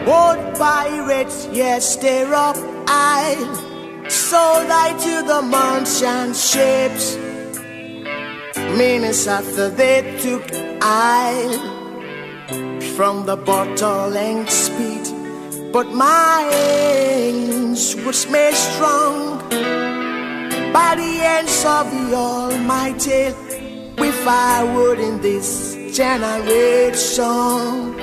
Old pirates, yes, they're up isle, sold I to the merchant ships. Minutes after they took isle from the bottle and spit, but my hands was made strong by the hands of the Almighty. We firewood in this generation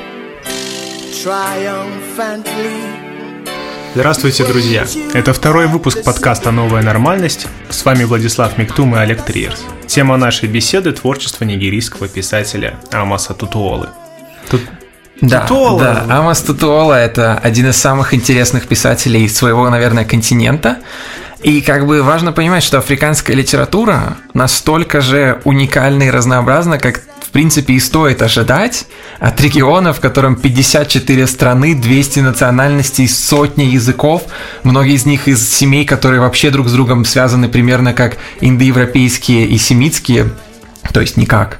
triumphantly. Здравствуйте, друзья! Это второй выпуск подкаста «Новая нормальность». С вами Владислав Миктум и Олег Триерс. Тема нашей беседы – творчество нигерийского писателя Амоса Тутуолы. Да, Амос Тутуола – это один из самых интересных писателей своего, наверное, континента. И как бы важно понимать, что африканская литература настолько же уникальна и разнообразна, как в принципе и стоит ожидать от региона, в котором 54 страны, 200 национальностей, сотни языков, многие из них из семей, которые вообще друг с другом связаны примерно как индоевропейские и семитские, то есть никак.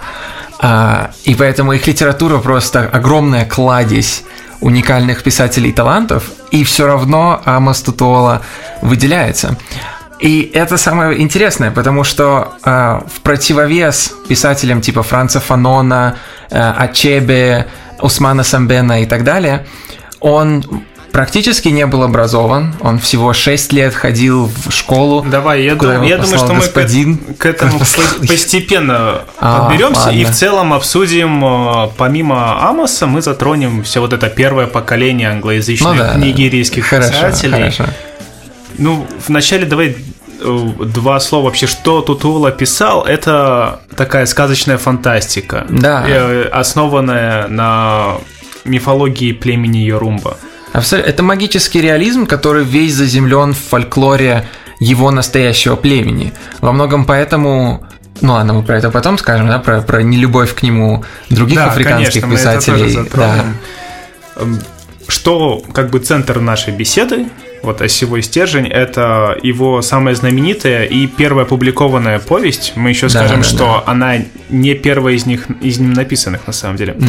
И поэтому их литература просто огромная кладезь уникальных писателей и талантов, и все равно Амос Тутуола выделяется. И это самое интересное, потому что в противовес писателям типа Франца Фанона, Ачебе, Усмана Самбена и так далее, он практически не был образован, он всего 6 лет ходил в школу. Давай, я думаю, что мы к этому постепенно подберемся и в целом обсудим, помимо Амоса, мы затронем все вот это первое поколение англоязычных нигерийских писателей. Хорошо. Ну, вначале давай два слова вообще, что Тутуола писал. Это такая сказочная фантастика, основанная на мифологии племени Йорумба. Абсолютно. Это магический реализм, который весь заземлен в фольклоре его настоящего племени. Во многом поэтому, ну ладно, мы про это потом скажем, да, про нелюбовь к нему других африканских писателей. Мы это тоже затронем. Что как бы центр нашей беседы, вот осевой стержень, это его самая знаменитая и первая опубликованная повесть. Мы еще скажем, что она не первая из ним написанных на самом деле.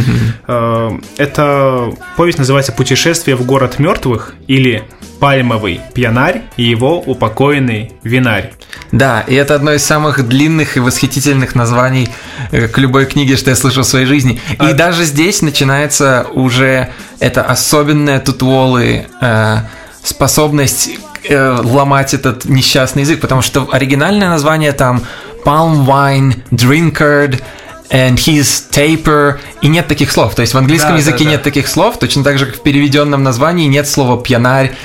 Эта повесть называется «Путешествие в город мертвых» или «Пальмовый пьянарь и его упокоенный винарь». Да, и это одно из самых длинных и восхитительных названий к любой книге, что я слышал в своей жизни. И даже здесь начинается уже эта особенная Тутуолы способность ломать этот несчастный язык, потому что оригинальное название там Palm Wine Drinkard and his taper, и нет таких слов. То есть в английском языке нет таких слов, точно так же, как в переведенном названии нет слова пьянарь,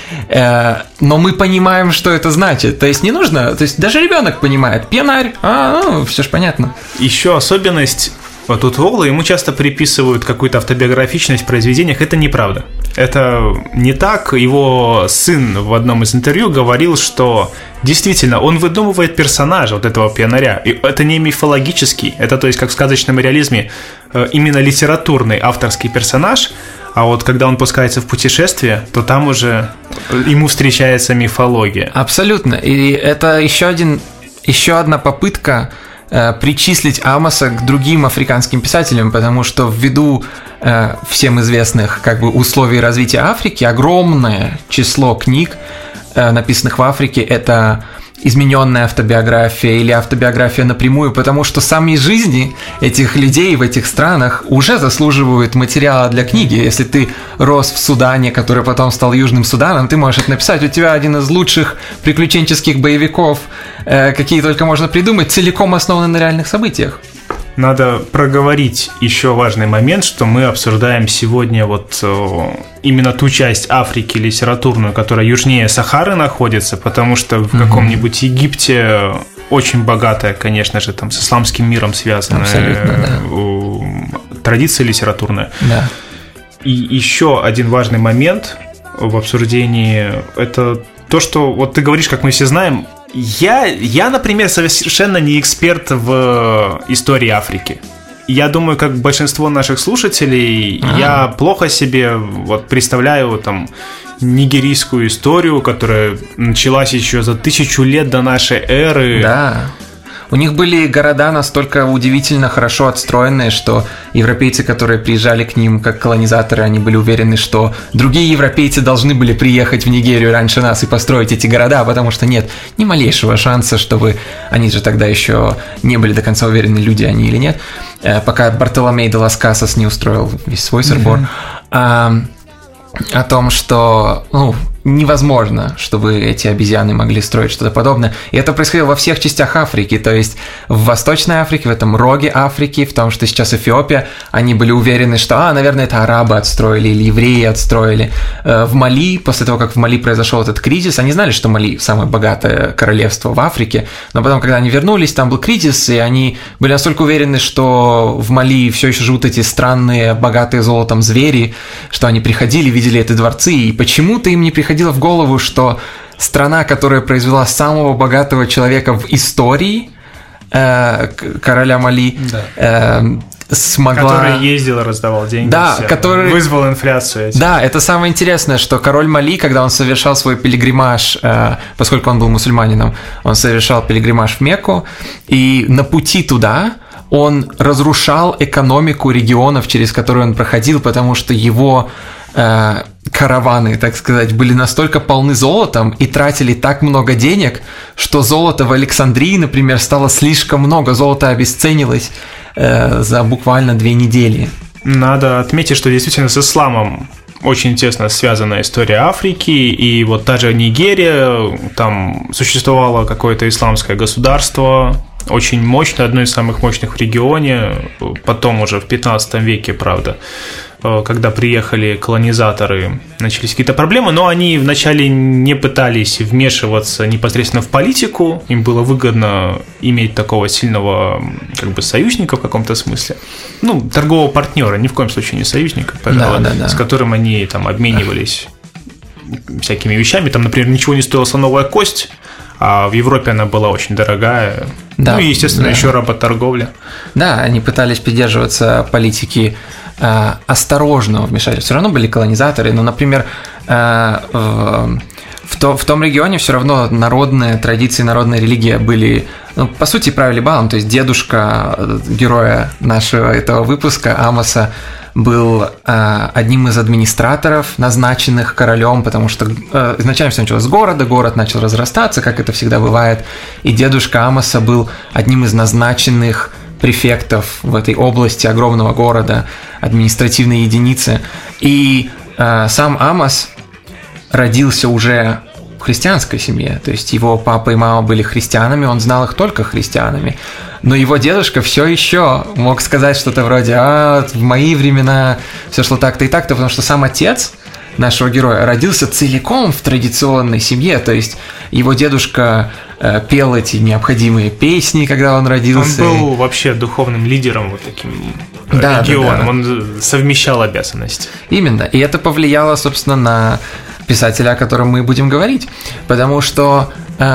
но мы понимаем, что это значит. То есть не нужно, то есть даже ребенок понимает, пьянарь, все ж понятно. Еще особенность Тутуолы, ему часто приписывают какую-то автобиографичность в произведениях. Это неправда. Это не так. Его сын в одном из интервью говорил, что действительно он выдумывает персонажа вот этого пьянаря. И это не мифологический, это, то есть, как в сказочном реализме, именно литературный авторский персонаж. А вот когда он пускается в путешествие, то там уже ему встречается мифология. Абсолютно. И это еще одна попытка причислить Амоса к другим африканским писателям, потому что ввиду всем известных как бы условий развития Африки огромное число книг, написанных в Африке, это измененная автобиография или автобиография напрямую, потому что сами жизни этих людей в этих странах уже заслуживают материала для книги. Если ты рос в Судане, который потом стал Южным Суданом, ты можешь это написать. У тебя один из лучших приключенческих боевиков, какие только можно придумать, целиком основаны на реальных событиях. Надо проговорить еще важный момент, что мы обсуждаем сегодня вот именно ту часть Африки литературную, которая южнее Сахары находится, потому что в каком-нибудь Египте очень богатая, конечно же, там с исламским миром связанная традиция литературная. Да. И еще один важный момент в обсуждении – это то, что вот ты говоришь, как мы все знаем. Я, например, совершенно не эксперт в истории Африки. Я думаю, как большинство наших слушателей, я плохо себе вот представляю там нигерийскую историю, которая началась еще за 1000 лет до нашей эры. Да. У них были города настолько удивительно хорошо отстроенные, что европейцы, которые приезжали к ним как колонизаторы, они были уверены, что другие европейцы должны были приехать в Нигерию раньше нас и построить эти города, потому что нет ни малейшего шанса, чтобы они же тогда еще не были до конца уверены, люди они или нет, пока Бартоломей де лас Касас не устроил весь свой собор. О том, что невозможно, чтобы эти обезьяны могли строить что-то подобное. И это происходило во всех частях Африки, то есть в Восточной Африке, в этом роге Африки, в том, что сейчас Эфиопия, они были уверены, что, наверное, это арабы отстроили или евреи отстроили. В Мали, после того, как в Мали произошел этот кризис, они знали, что Мали самое богатое королевство в Африке, но потом, когда они вернулись, там был кризис, и они были настолько уверены, что в Мали все еще живут эти странные, богатые золотом звери, что они приходили, видели эти дворцы, и почему-то им не приходило в голову, что страна, которая произвела самого богатого человека в истории, короля Мали, смогла... Который ездил и раздавал деньги, который вызвал инфляцию. Да, это самое интересное, что король Мали, когда он совершал свой пилигримаж, поскольку он был мусульманином, он совершал пилигримаж в Мекку, и на пути туда он разрушал экономику регионов, через которые он проходил, потому что его караваны, так сказать, были настолько полны золотом и тратили так много денег, что золота в Александрии, например, стало слишком много, золото обесценилось за буквально 2 недели. Надо отметить, что действительно с исламом очень тесно связана история Африки, и вот та же Нигерия, там существовало какое-то исламское государство, очень мощное, одно из самых мощных в регионе, потом уже в 15 веке, правда, когда приехали колонизаторы, начались какие-то проблемы, но они вначале не пытались вмешиваться непосредственно в политику, им было выгодно иметь такого сильного союзника в каком-то смысле, торгового партнера, ни в коем случае не союзника, пожалуй, с которым они там обменивались всякими вещами, там, например, ничего не стоила слоновая кость, а в Европе она была очень дорогая, и, естественно, еще работорговля. Да, они пытались придерживаться политики осторожного вмешательства. Все равно были колонизаторы, но, например, в том регионе все равно народные традиции, народная религия были, по сути, правили балом. То есть дедушка героя нашего этого выпуска, Амоса, был одним из администраторов, назначенных королем, потому что изначально все началось с города, город начал разрастаться, как это всегда бывает, и дедушка Амоса был одним из назначенных префектов в этой области огромного города, административной единицы. И сам Амос родился уже в христианской семье, то есть его папа и мама были христианами, он знал их только христианами. Но его дедушка все еще мог сказать что-то вроде в мои времена все шло так-то и так-то, потому что сам отец нашего героя родился целиком в традиционной семье, то есть его дедушка пел эти необходимые песни, когда он родился. Он был вообще духовным лидером вот таким регионом, он совмещал обязанности. Именно, и это повлияло, собственно, на писателя, о котором мы будем говорить, потому что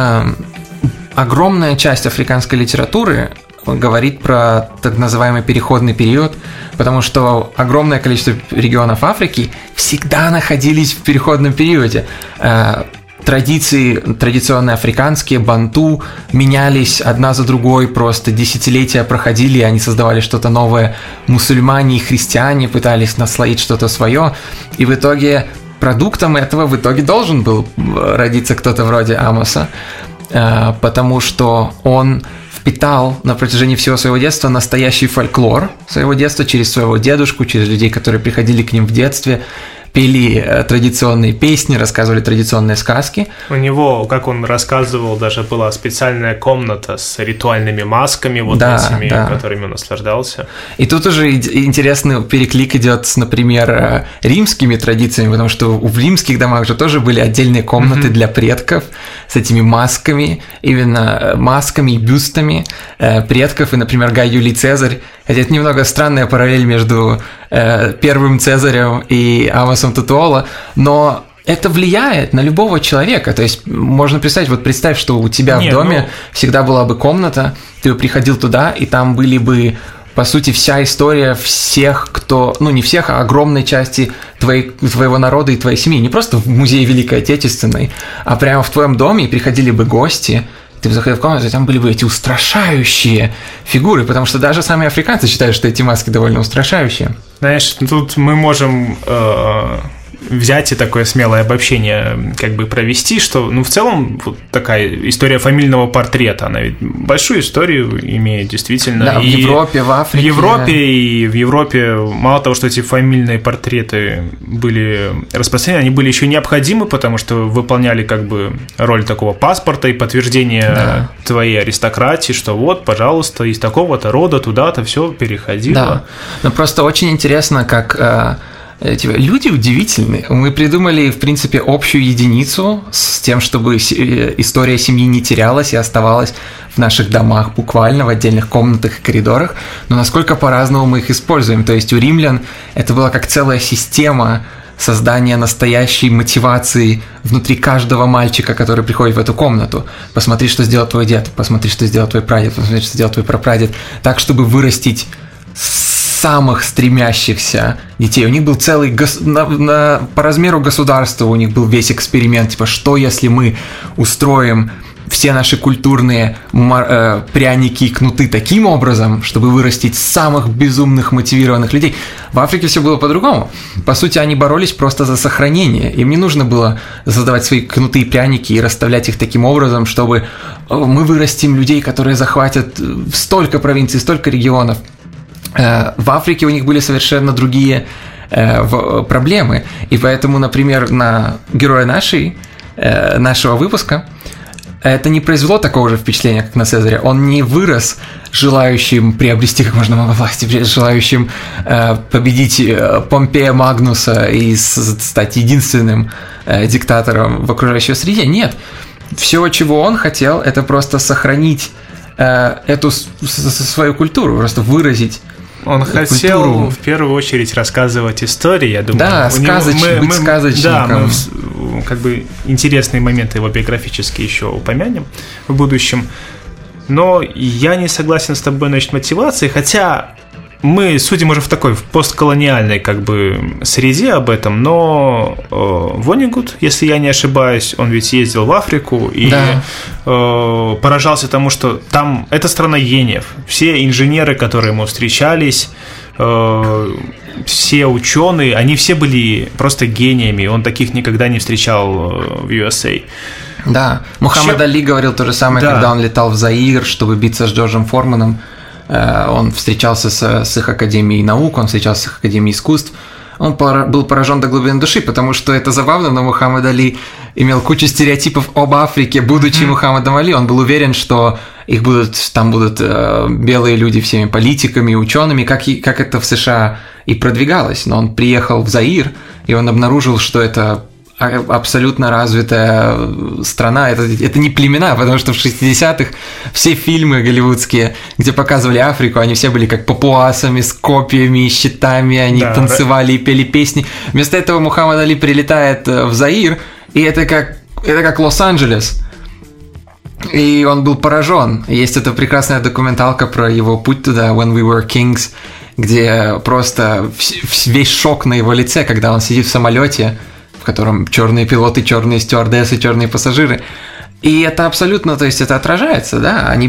огромная часть африканской литературы говорит про так называемый переходный период, потому что огромное количество регионов Африки всегда находились в переходном периоде. Традиционные африканские, банту, менялись одна за другой, просто десятилетия проходили, и они создавали что-то новое. Мусульмане и христиане пытались наслоить что-то свое, и в итоге продуктом этого должен был родиться кто-то вроде Амоса, потому что он впитал на протяжении всего своего детства настоящий фольклор своего детства через своего дедушку, через людей, которые приходили к ним в детстве, пели традиционные песни, рассказывали традиционные сказки. У него, как он рассказывал, даже была специальная комната с ритуальными масками, этими, которыми он наслаждался. И тут уже интересный переклик идет с, например, римскими традициями, потому что в римских домах же тоже были отдельные комнаты для предков с этими масками, именно масками и бюстами предков. И, например, Гай Юлий Цезарь, хотя это немного странная параллель между первым Цезарем и Амосом Тутуола, но это влияет на любого человека. То есть можно представь, что у тебя в доме всегда была бы комната, ты приходил туда, и там были бы, по сути, вся история всех, кто, не всех, а огромной части твоего народа и твоей семьи. Не просто в музее Великой Отечественной, а прямо в твоем доме, и приходили бы гости, ты бы заходил в комнату, и там были бы эти устрашающие фигуры, потому что даже сами африканцы считают, что эти маски довольно устрашающие. Знаешь, тут мы можем взять и такое смелое обобщение как бы провести, что, в целом, вот такая история фамильного портрета, она ведь большую историю имеет, действительно. Да, в Европе, в Африке. В Европе мало того, что эти фамильные портреты были распространены, они были еще необходимы, потому что выполняли как бы роль такого паспорта и подтверждения твоей аристократии, что вот, пожалуйста, из такого-то рода туда-то все переходило. Да, но просто очень интересно, как... Люди удивительные. Мы придумали, в принципе, общую единицу с тем, чтобы история семьи не терялась и оставалась в наших домах, буквально в отдельных комнатах и коридорах, но насколько по-разному мы их используем. То есть у римлян это была как целая система создания настоящей мотивации внутри каждого мальчика, который приходит в эту комнату. Посмотри, что сделал твой дед, посмотри, что сделал твой прадед, посмотри, что сделал твой прапрадед. Так, чтобы вырастить самых стремящихся детей. У них был целый, по размеру государства у них был весь эксперимент, типа, что если мы устроим все наши культурные пряники и кнуты таким образом, чтобы вырастить самых безумных мотивированных людей. В Африке все было по-другому. По сути, они боролись просто за сохранение. Им не нужно было создавать свои кнуты и пряники и расставлять их таким образом, чтобы мы вырастим людей, которые захватят столько провинций, столько регионов. В Африке у них были совершенно другие проблемы, и поэтому, например, на героя нашего выпуска это не произвело такого же впечатления, как на Цезаря. Он не вырос желающим приобрести как можно много власти, желающим победить Помпея Магнуса и стать единственным диктатором в окружающей среде. Нет, все, чего он хотел, это просто сохранить эту свою культуру, просто выразить. Он хотел в первую очередь рассказывать истории, я думаю. Да, быть сказочником. Да, мы как бы интересные моменты его биографические еще упомянем в будущем. Но я не согласен с тобой насчет мотивации, хотя мы судим уже в такой в постколониальной как бы среде об этом, но Воннегут, если я не ошибаюсь, он ведь ездил в Африку и поражался тому, что там это страна гениев. Все инженеры, которые ему встречались, все ученые, они все были просто гениями. Он таких никогда не встречал в USA. Да, Мухаммед Али говорил то же самое, когда он летал в Заир, чтобы биться с Джорджем Форманом. Он встречался с их Академией наук, он встречался с их Академией искусств. Он был поражен до глубины души, потому что это забавно, но Мухаммед Али имел кучу стереотипов об Африке, будучи Мухаммедом Али. Он был уверен, что там будут белые люди всеми политиками, учеными, как это в США и продвигалось. Но он приехал в Заир, и он обнаружил, что это абсолютно развитая страна, это не племена, потому что в 60-х все фильмы голливудские, где показывали Африку, они все были как папуасами, с копьями, щитами, они танцевали и пели песни. Вместо этого Мухаммед Али прилетает в Заир, и это как Лос-Анджелес. И он был поражен. Есть эта прекрасная документалка про его путь туда, When We Were Kings, где просто весь шок на его лице, когда он сидит в самолете, в котором черные пилоты, черные стюардессы, черные пассажиры. И это абсолютно, то есть это отражается, да, они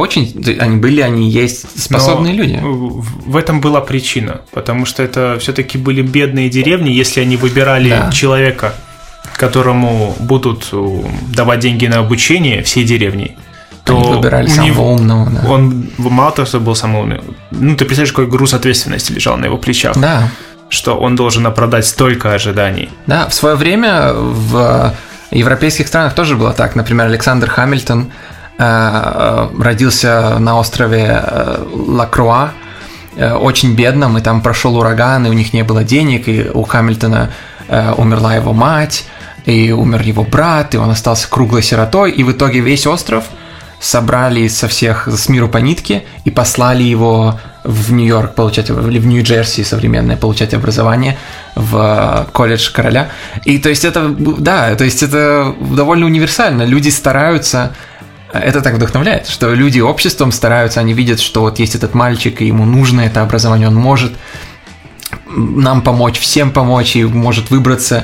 есть способные люди. В этом была причина, потому что это все-таки были бедные деревни, если они выбирали человека, которому будут давать деньги на обучение всей деревни, то они выбирали самого умного. Да. Он мало того, что был самый умный. Ты представляешь, какой груз ответственности лежал на его плечах. Да. Что он должен оправдать столько ожиданий. Да, в свое время в европейских странах тоже было так. Например, Александр Хамильтон родился на острове Ла-Круа, очень бедном, и там прошел ураган, и у них не было денег, и у Хамильтона умерла его мать, и умер его брат, и он остался круглой сиротой, и в итоге весь остров собрали с миру по нитке и послали его в Нью-Йорк или в Нью-Джерси современное получать образование в колледж короля. И то есть это довольно универсально. Люди стараются, это так вдохновляет, что люди обществом стараются, они видят, что вот есть этот мальчик, и ему нужно это образование, он может нам помочь, всем помочь, и может выбраться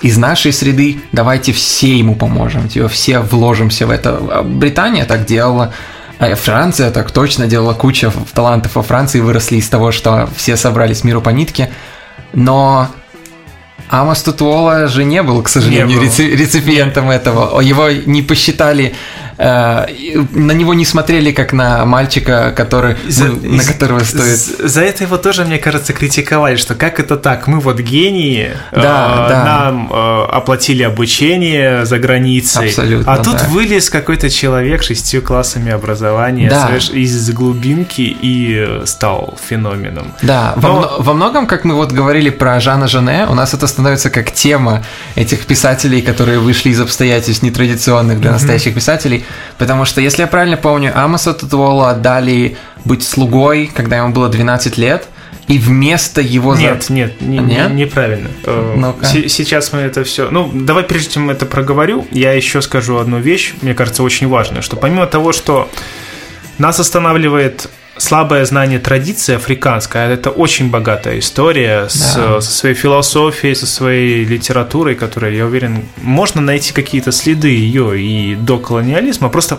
из нашей среды, давайте все ему поможем, типа все вложимся в это. Британия так делала, Франция так точно делала, куча талантов во Франции выросли из того, что все собрались миру по нитке, но Амос Тутуола же не был, к сожалению, реципиентом этого. Его не посчитали, на него не смотрели как на мальчика, на которого стоит... За это его тоже, мне кажется, критиковали, что как это так, мы вот гении, нам оплатили обучение за границей, абсолютно, а тут вылез какой-то человек 6 классами образования из глубинки и стал феноменом. Да, во многом, как мы вот говорили про Жана Жене, у нас это становится как тема этих писателей, которые вышли из обстоятельств нетрадиционных для настоящих писателей, потому что, если я правильно помню, Амоса Тутуолу отдали быть слугой, когда ему было 12 лет, и вместо его... Нет, неправильно. Сейчас мы это все... давай, прежде чем это проговорю, я еще скажу одну вещь, мне кажется, очень важную, что помимо того, что нас останавливает слабое знание традиции африканской, это очень богатая история со своей философией, со своей литературой, которая, я уверен, можно найти какие-то следы ее и до колониализма, просто...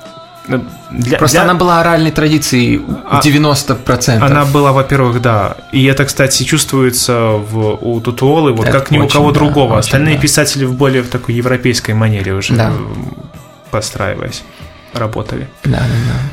Она была оральной традицией 90%. Она была, во-первых, да. И это, кстати, чувствуется у Тутуолы, вот это как ни у кого другого. Остальные писатели в более такой европейской манере уже подстраиваясь, работали. Да.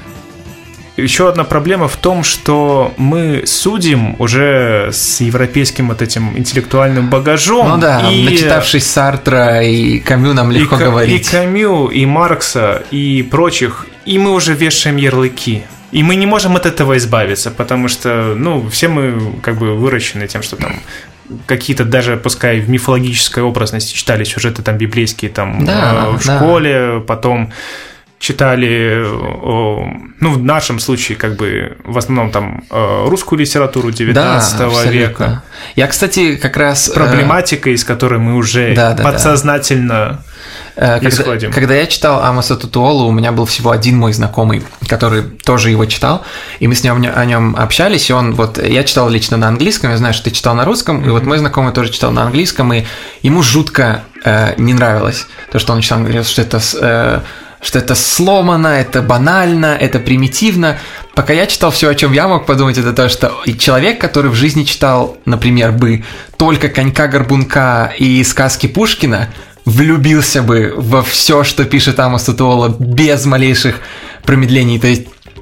Еще одна проблема в том, что мы судим уже с европейским вот этим интеллектуальным багажом. Начитавшись Сартра и Камю, нам легко говорить. И Камю, и Маркса, и прочих, и мы уже вешаем ярлыки. И мы не можем от этого избавиться, потому что, все мы как бы выращены тем, что там какие-то даже, пускай в мифологической образности читали сюжеты там библейские там в школе, потом... читали, в нашем случае, как бы, в основном там русскую литературу 19 века. Я, кстати, как раз... Проблематика, из которой мы уже подсознательно исходим. Когда я читал Амоса Тутуолу, у меня был всего один мой знакомый, который тоже его читал, и мы с ним о нем общались, и я читал лично на английском, я знаю, что ты читал на русском, и вот мой знакомый тоже читал на английском, и ему жутко не нравилось то, что он читал, он говорил, что это сломано, это банально, это примитивно. Пока я читал, все, о чем я мог подумать, это то, что человек, который в жизни читал, например, бы только «Конька-горбунка» и сказки Пушкина, влюбился бы во все, что пишет Амос Тутуола без малейших промедлений. То есть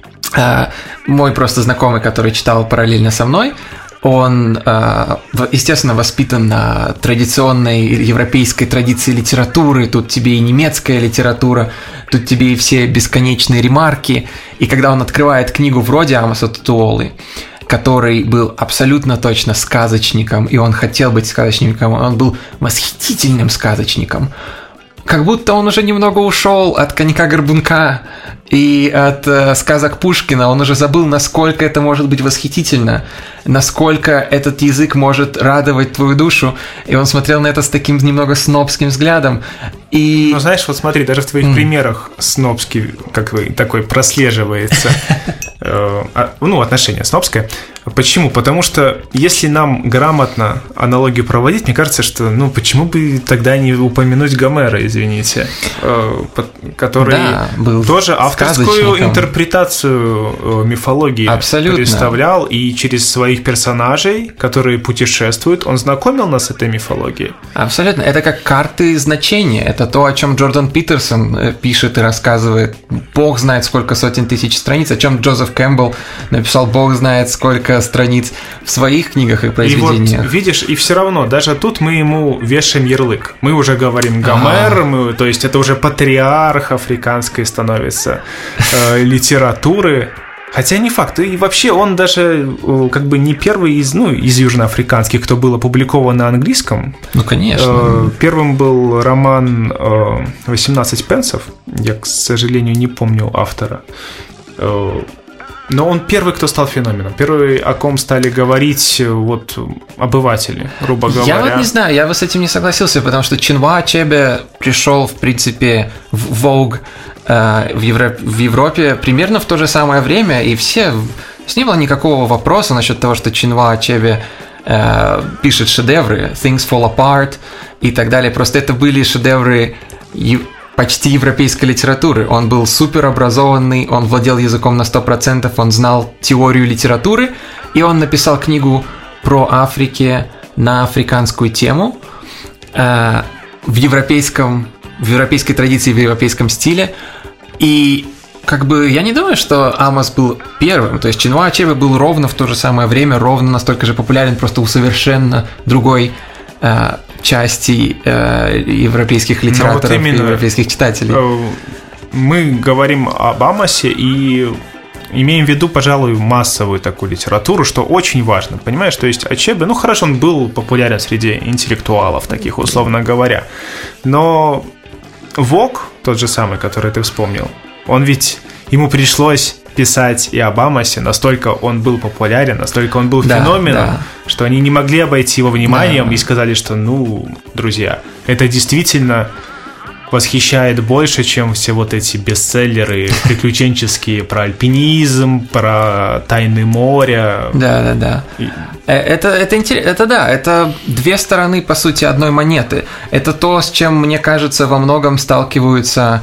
мой просто знакомый, который читал параллельно со мной, он, естественно, воспитан на традиционной европейской традиции литературы, тут тебе и немецкая литература, тут тебе и все бесконечные ремарки, и когда он открывает книгу вроде Амоса Тутуолы, который был абсолютно точно сказочником, и он хотел быть сказочником, он был восхитительным сказочником, как будто он уже немного ушел от «Конька-горбунка» и от сказок Пушкина, он уже забыл, насколько это может быть восхитительно, насколько этот язык может радовать твою душу, и он смотрел на это с таким немного снобским взглядом. И... знаешь, вот смотри, даже в твоих примерах снобский такой прослеживается, отношение снобское. Почему? Потому что если нам грамотно аналогию проводить, мне кажется, что, почему бы тогда не упомянуть Гомера, извините, который был тоже авторскую интерпретацию мифологии представлял, и через своих персонажей, которые путешествуют, он знакомил нас с этой мифологией. Абсолютно. Это как карты значения. Это то, о чем Джордан Питерсон пишет и рассказывает. Бог знает, сколько сотен тысяч страниц, о чем Джозеф Кэмпбелл написал Бог знает, сколько страниц в своих книгах и произведениях. И вот, видишь, и все равно, даже тут мы ему вешаем ярлык. Мы уже говорим Гомер, то есть это уже патриарх африканской становится литературы. Хотя не факт. И вообще он даже как бы не первый из южноафриканских, кто был опубликован на английском. Конечно. Первым был роман «18 пенсов». Я, к сожалению, не помню автора. Но он первый, кто стал феноменом. Первый, о ком стали говорить обыватели, грубо говоря. Я не знаю, я бы с этим не согласился, потому что Чинуа Ачебе пришел, в принципе, в Vogue в Европе примерно в то же самое время, и с не было никакого вопроса насчет того, что Чинуа Ачебе пишет шедевры, Things Fall Apart и так далее. Просто это были шедевры почти европейской литературы. Он был суперобразованный, он владел языком на 100%, он знал теорию литературы, и он написал книгу про Африку на африканскую тему в европейской традиции, в европейском стиле. И как бы я не думаю, что Амос был первым. То есть Чинуа Ачебе был ровно в то же самое время, ровно настолько же популярен, просто у совершенно другой части европейских литераторов и европейских читателей. Мы говорим об Амосе и имеем в виду, пожалуй, массовую такую литературу, что очень важно, понимаешь? То есть Ачебе, хорошо, он был популярен среди интеллектуалов, таких, условно говоря, но Вог, тот же самый, который ты вспомнил, он ведь, ему пришлось писать и об Амосе, настолько он был популярен, настолько он был феноменом, что они не могли обойти его вниманием и сказали, что, друзья, это действительно восхищает больше, чем все вот эти бестселлеры приключенческие про альпинизм, про тайны моря. Да. Это интересно. Это две стороны, по сути, одной монеты. Это то, с чем, мне кажется, во многом сталкиваются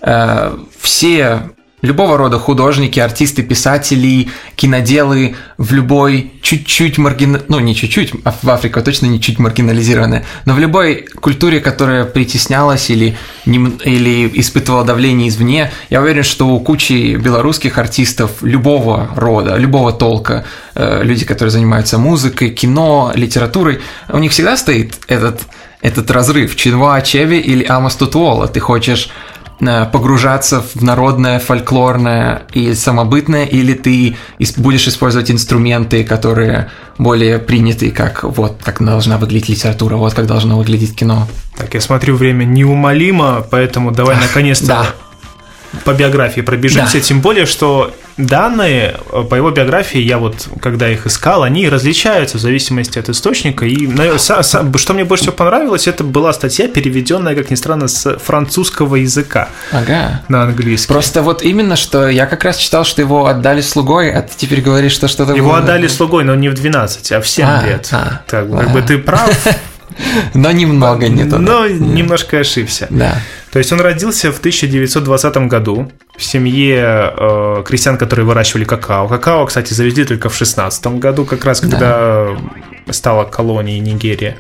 все любого рода художники, артисты, писатели, киноделы в любой чуть-чуть не чуть-чуть, а в Африке точно не чуть маргинализированная, но в любой культуре, которая притеснялась или испытывала давление извне, я уверен, что у кучи белорусских артистов любого рода, любого толка, люди, которые занимаются музыкой, кино, литературой, у них всегда стоит этот разрыв Чинуа Ачебе или Амос Тутуола. Ты хочешь погружаться в народное, фольклорное и самобытное, или ты будешь использовать инструменты, которые более приняты, как должна выглядеть литература, вот как должно выглядеть кино. Так, я смотрю, время неумолимо, поэтому давай наконец-то по биографии пробежимся, тем более, что данные по его биографии, я когда их искал, они различаются в зависимости от источника, и что мне больше всего понравилось, это была статья, переведенная, как ни странно, с французского языка на английский. Просто именно, что я как раз читал, что его отдали слугой, а ты теперь говоришь, что что-то... Его отдали слугой, но не в 12, а в 7 лет. Как бы ты прав. Но немного не то. Но немножко ошибся. Да. То есть он родился в 1920 году в семье крестьян, которые выращивали какао. Какао, кстати, завезли только в 1916 году, как раз когда стала колонией Нигерия.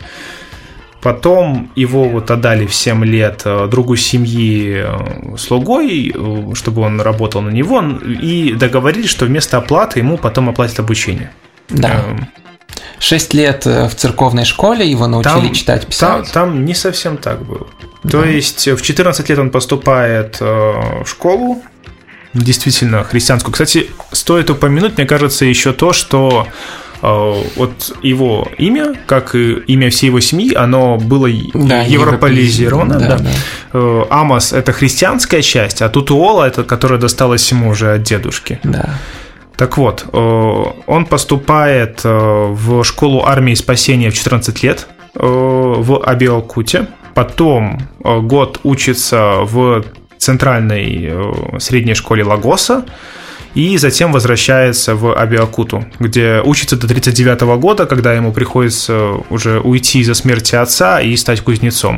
Потом его отдали в 7 лет другу семьи слугой, чтобы он работал на него, и договорились, что вместо оплаты ему потом оплатят обучение. Да. 6 лет в церковной школе его научили читать, писать. Там не совсем так было. То есть в 14 лет он поступает в школу, действительно христианскую. Кстати, стоит упомянуть, мне кажется, еще то, что его имя, как и имя всей его семьи, оно было европеизировано. Амос – это христианская часть, а Тутуола – это которая досталась ему уже от дедушки. Да. Так вот, он поступает в школу армии спасения в 14 лет в Абиокуте. Потом год учится в центральной средней школе Лагоса. И затем возвращается в Абиокуту, где учится до 1939 года, когда ему приходится уже уйти из-за смерти отца и стать кузнецом.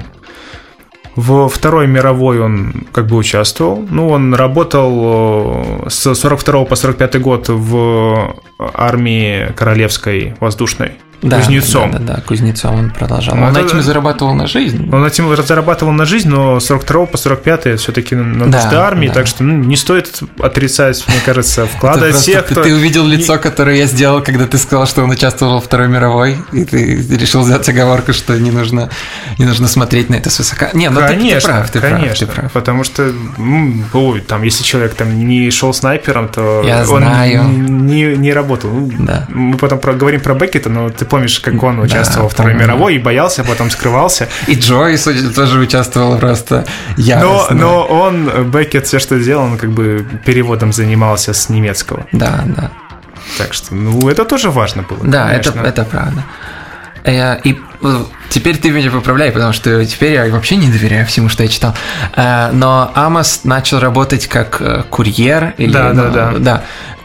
В Второй мировой он участвовал. Он работал с 42 по 45 год в армии Королевской воздушной. Кузнецом. Да, кузнецом он продолжал. Он этим зарабатывал на жизнь. Он этим зарабатывал на жизнь, но с 42 по 45 все-таки на нужды армии, так что не стоит отрицать, мне кажется, вклада всех, кто... Ты увидел лицо, которое я сделал, когда ты сказал, что он участвовал во Второй мировой, и ты решил сделать оговорку, что не нужно смотреть на это свысока. Конечно, ты прав. Потому что, если человек не шел снайпером, то он не работал. Мы потом говорим про Беккета, но ты помнишь, как он участвовал во Второй мировой и боялся, потом скрывался. И Джойс тоже участвовал просто яростно. Но Беккет, все, что делал, он переводом занимался с немецкого. Да. Так что, это тоже важно было. Да, это правда. И теперь ты меня поправляй, потому что теперь я вообще не доверяю всему, что я читал. Но Амос начал работать как курьер.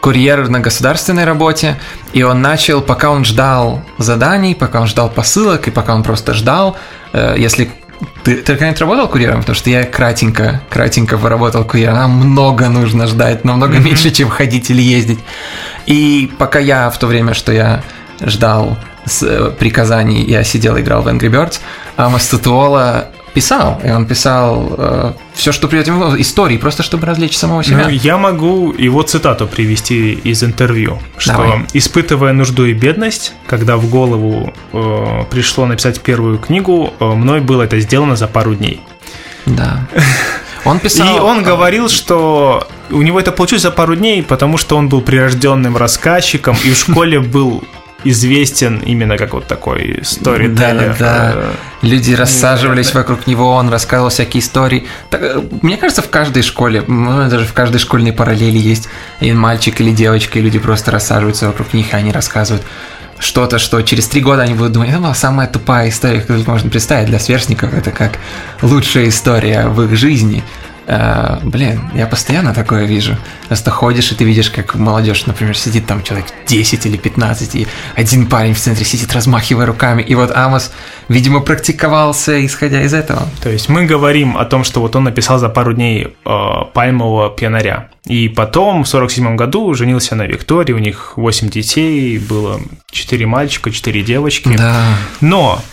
курьер на государственной работе, и он начал, пока он ждал заданий, пока он ждал посылок, и пока он просто ждал, если... Ты когда-нибудь работал курьером? Потому что я кратенько поработал курьером. Нам много нужно ждать, намного меньше, чем ходить или ездить. И пока я, в то время, что я ждал приказаний, я сидел и играл в Angry Birds, Амос Татуола писал, и он писал все, что придет ему, истории, просто чтобы развлечь самого себя. Ну, я могу его цитату привести из интервью, что Давай. «Испытывая нужду и бедность, когда в голову пришло написать первую книгу, мной было это сделано за пару дней». Да. Он писал... И он говорил, что у него это получилось за пару дней, потому что он был прирожденным рассказчиком и в школе был известен именно как вот такой сторителлер. Да. Люди рассаживались вокруг него, он рассказывал всякие истории. Мне кажется, в каждой школе, даже в каждой школьной параллели есть и мальчик или девочка, и люди просто рассаживаются вокруг них, и они рассказывают что-то, что через 3 года они будут думать, это была самая тупая история, которую можно представить для сверстников. Это как лучшая история в их жизни. Я постоянно такое вижу. Просто ходишь, и ты видишь, как молодежь, например, сидит там человек 10 или 15, и один парень в центре сидит, размахивая руками. И вот Амос, видимо, практиковался, исходя из этого. То есть мы говорим о том, что вот он написал за пару дней «Пальмового пионеря». И потом в 1947 году женился на Виктории, у них 8 детей, было 4 мальчика, 4 девочки. Да. Но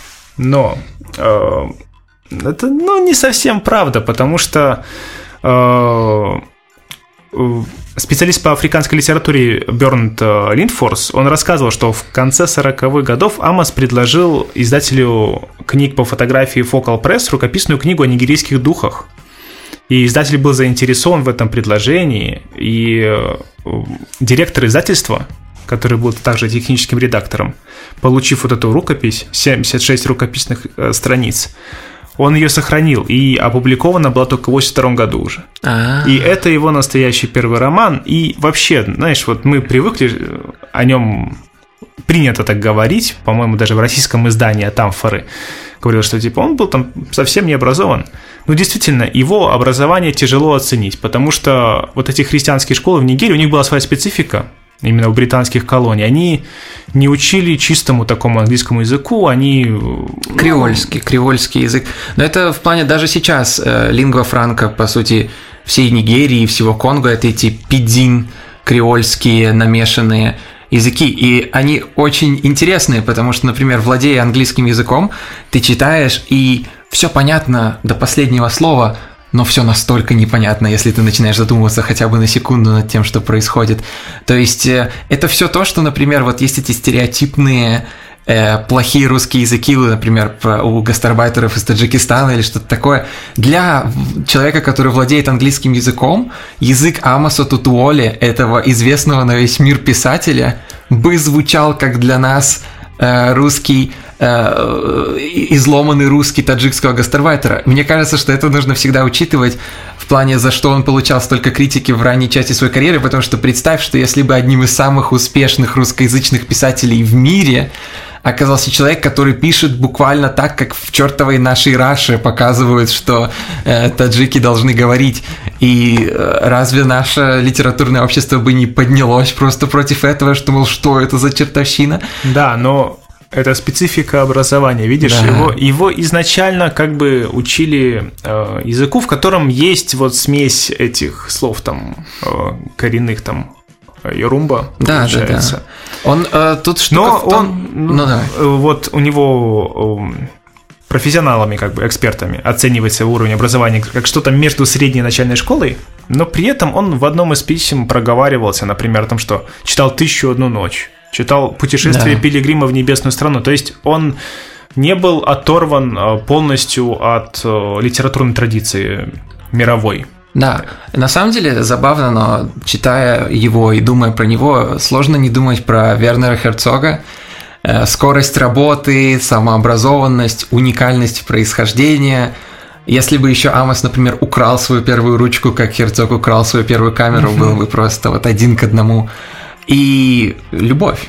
это, не совсем правда, потому что специалист по африканской литературе Бернт Линдфорс, он рассказывал, что в конце 40-х годов Амос предложил издателю книг по фотографии Focal Press рукописную книгу о нигерийских духах. И издатель был заинтересован в этом предложении, и директор издательства, который был также техническим редактором, получив вот эту рукопись, 76 рукописных страниц, он ее сохранил, и опубликована была только в 1982 году уже. И это его настоящий первый роман. И вообще, знаешь, вот мы привыкли о нем, принято так говорить, по-моему, даже в российском издании от Амфоры говорил, что типа он был там совсем не образован. Но действительно, его образование тяжело оценить, потому что вот эти христианские школы в Нигерии, у них была своя специфика. Именно у британских колоний. Они не учили чистому такому английскому языку, они... Креольский язык. Но это в плане даже сейчас лингва франка, по сути, всей Нигерии, всего Конго, это эти пидзин, креольские намешанные языки. И они очень интересные, потому что, например, владея английским языком, ты читаешь, и все понятно до последнего слова, но все настолько непонятно, если ты начинаешь задумываться хотя бы на секунду над тем, что происходит. То есть это все то, что, например, вот есть эти стереотипные плохие русские языки, например, у гастарбайтеров из Таджикистана или что-то такое. Для человека, который владеет английским языком, язык Амоса Татуоле, этого известного на весь мир писателя, бы звучал как для нас русский, изломанный русский таджикского гастарбайтера. Мне кажется, что это нужно всегда учитывать в плане, за что он получал столько критики в ранней части своей карьеры, потому что представь, что если бы одним из самых успешных русскоязычных писателей в мире оказался человек, который пишет буквально так, как в чертовой нашей Раше показывают, что таджики должны говорить. И разве наше литературное общество бы не поднялось просто против этого, что, мол, что это за чертовщина? Да, но это специфика образования, видишь, да. Его изначально как бы учили языку, в котором есть вот смесь этих слов там коренных там Йорумба, получается. Да. Он тут штука в том... вот у него профессионалами, как бы экспертами оценивается уровень образования как что-то между средней и начальной школой, но при этом он в одном из писем проговаривался, например, о том, что читал «1001 ночь», читал «Путешествие пилигрима в небесную страну». То есть он не был оторван полностью от литературной традиции мировой. Да, на самом деле забавно, но читая его и думая про него, сложно не думать про Вернера Херцога. Скорость работы, самообразованность, уникальность происхождения. Если бы еще Амос, например, украл свою первую ручку, как Херцог украл свою первую камеру, было бы просто вот 1 к 1. И любовь.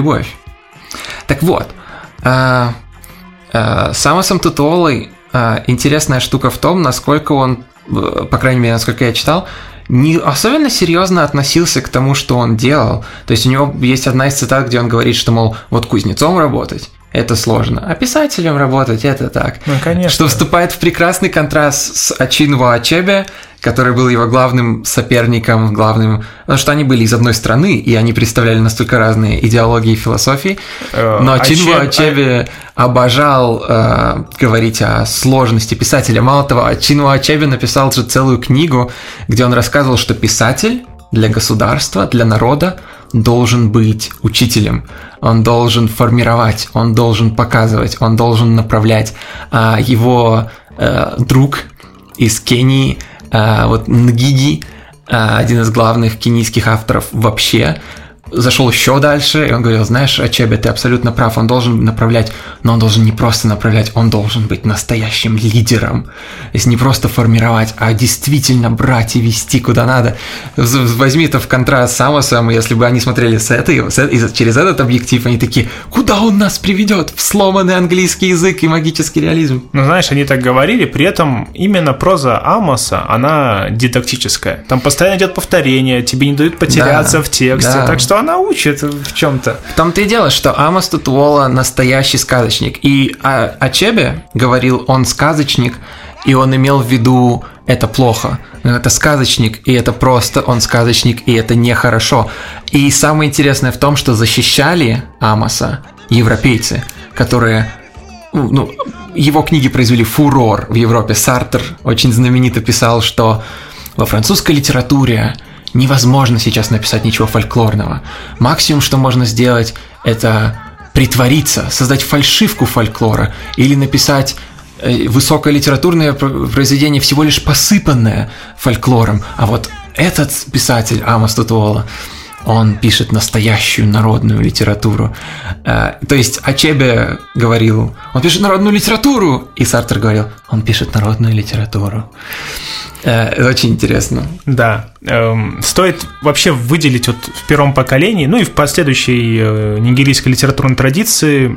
Так вот, с Амосом Татуолой интересная штука в том, насколько он, по крайней мере, насколько я читал, не особенно серьезно относился к тому, что он делал. То есть у него есть одна из цитат, где он говорит, что, мол, вот кузнецом работать – это сложно, а писателем работать – это так. Ну, конечно. Что вступает в прекрасный контраст с Чинво Ачебе, который был его главным соперником, потому что они были из одной страны, и они представляли настолько разные идеологии и философии. Но Чинво Ачебе обожал говорить о сложности писателя. Мало того, Чинво Ачебе написал же целую книгу, где он рассказывал, что писатель для государства, для народа должен быть учителем, он должен формировать, он должен показывать, он должен направлять. А его друг из Кении, вот Нгиги, один из главных кенийских авторов вообще, зашел еще дальше, и он говорил: знаешь, Ачебе, ты абсолютно прав, он должен направлять, но он должен не просто направлять, он должен быть настоящим лидером. То есть не просто формировать, а действительно брать и вести куда надо. Возьми это в контраст с Амосом, если бы они смотрели через этот объектив, они такие: куда он нас приведет? В сломанный английский язык и магический реализм. Ну, знаешь, они так говорили, при этом именно проза Амоса, она дидактическая. Там постоянно идет повторение, тебе не дают потеряться в тексте, так что она учит в чем-то. В том-то и дело, что Амос Тутуола настоящий сказочник. И Ачебе говорил, он сказочник, и он имел в виду это плохо. Это сказочник, и это просто, он сказочник, и это нехорошо. И самое интересное в том, что защищали Амоса европейцы, которые... его книги произвели фурор в Европе. Сартр очень знаменито писал, что во французской литературе невозможно сейчас написать ничего фольклорного. Максимум, что можно сделать, это притвориться, создать фальшивку фольклора или написать высокое литературное произведение, всего лишь посыпанное фольклором. А вот этот писатель, Амос Тутуола, он пишет настоящую народную литературу. То есть Ачебе говорил: он пишет народную литературу, и Сартр говорил: он пишет народную литературу. Это очень интересно. Да. Стоит вообще выделить вот в первом поколении, ну и в последующей нигерийской литературной традиции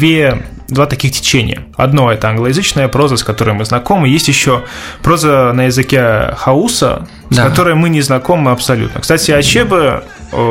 два таких течения. Одно – это англоязычная проза, с которой мы знакомы. Есть еще проза на языке хауса, с которой мы не знакомы абсолютно. Кстати, Ачебе,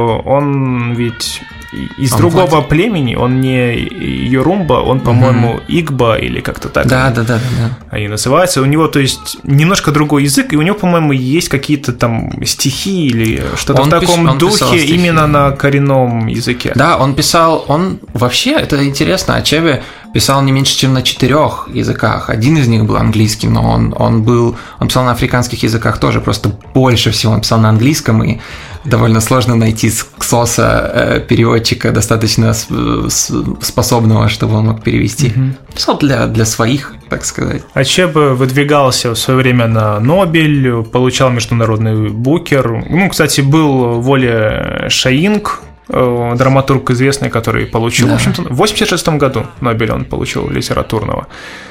он ведь из другого племени, он не Йорумба, он, по-моему, Игба или как-то так. Да. Они называются. У него, то есть, немножко другой язык, и у него, по-моему, есть какие-то там стихи или что-то в таком духе именно на коренном языке. Да, он вообще, это интересно, Ачебе писал не меньше, чем на 4 языках. Один из них был английским, но он писал на африканских языках тоже, просто больше всего он писал на английском, и довольно сложно найти с Ксоса переводчика достаточно способного, чтобы он мог перевести. Писал для своих, так сказать. Ачебе выдвигался в свое время на Нобель, получал международный Букер. Кстати, был Воле Шаинг, драматург известный, который получил, в общем-то, в 86 году Нобель он получил литературного.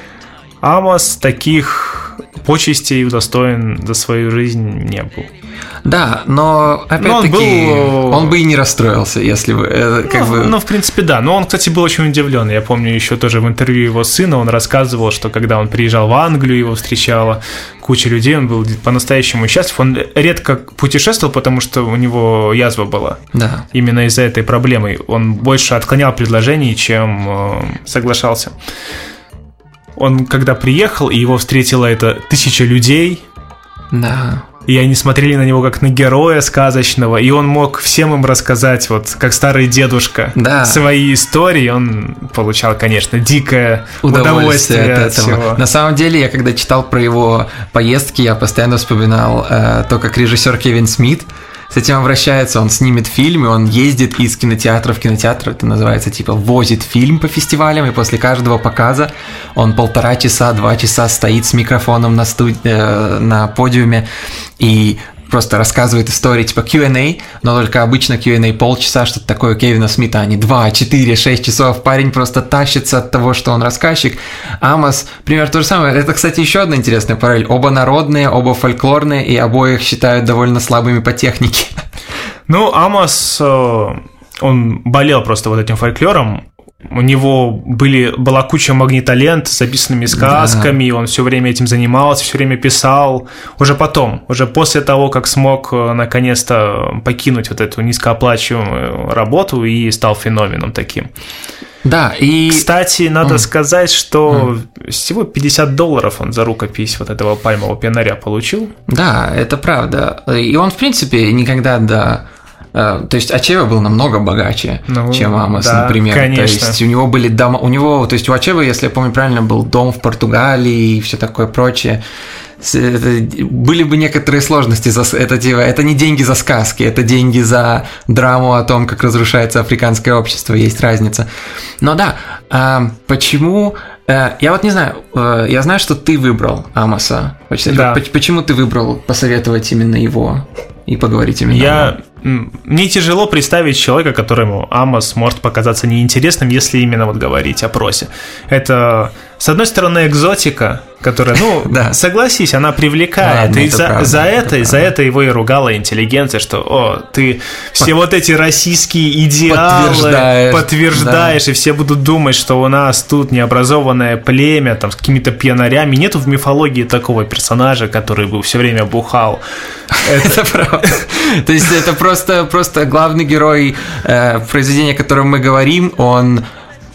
Амос таких почестей удостоен за свою жизнь не был. Да, но опять-таки он бы и не расстроился, если бы в принципе, да. Но он, кстати, был очень удивлен. Я помню еще тоже в интервью его сына, он рассказывал, что когда он приезжал в Англию, его встречала куча людей, он был по-настоящему счастлив. Он редко путешествовал, потому что у него язва была. Да. Именно из-за этой проблемы. Он больше отклонял предложений, чем соглашался. Он, когда приехал, и его встретила 1000 людей. Да. И они смотрели на него как на героя сказочного, и он мог всем им рассказать, вот как старый дедушка, свои истории. Он получал, конечно, дикое удовольствие от этого. Всего. На самом деле, я когда читал про его поездки, я постоянно вспоминал то, как режиссер Кевин Смит с этим обращается, он снимет фильм, и он ездит из кинотеатра в кинотеатр, это называется, возит фильм по фестивалям, и после каждого показа он 1,5 часа, 2 часа стоит с микрофоном на подиуме и просто рассказывает истории, Q&A, но только обычно Q&A полчаса, что-то такое. Кевина Смита, они 2, 4, 6 часов, парень просто тащится от того, что он рассказчик. Амос, пример то же самое. Это, кстати, еще одна интересная параллель. Оба народные, оба фольклорные, и обоих считают довольно слабыми по технике. Амос, он болел просто вот этим фольклором. у него была куча магнитолент с записанными сказками, он все время этим занимался, все время писал. Уже после того, как смог наконец-то покинуть вот эту низкооплачиваемую работу и стал феноменом таким. Да, и... Кстати, надо сказать, что всего $50 он за рукопись вот этого пальмового пионаря получил. Да, это правда. И он, в принципе, никогда то есть Ачева был намного богаче, чем Амос, например. Конечно. То есть у него были дома, то есть у Ачевы, если я помню правильно, был дом в Португалии и все такое прочее. Были бы некоторые сложности, это не деньги за сказки, это деньги за драму о том, как разрушается африканское общество, есть разница. Но да, почему... Я вот не знаю, я знаю, что ты выбрал Амоса. Да. Почему ты выбрал посоветовать именно его и поговорить именно Мне тяжело представить человека, которому Амос может показаться неинтересным, если именно вот говорить о просе. Это, с одной стороны, экзотика, которая, согласись, она привлекает. Ладно, и за это его и ругала интеллигенция, что ты все вот эти российские идеалы подтверждаешь, и все будут думать, что у нас тут необразованное племя, там, с какими-то пионерами. Нету в мифологии такого персонажа, который бы все время бухал. Это правда. То есть это просто главный герой произведения, о котором мы говорим, он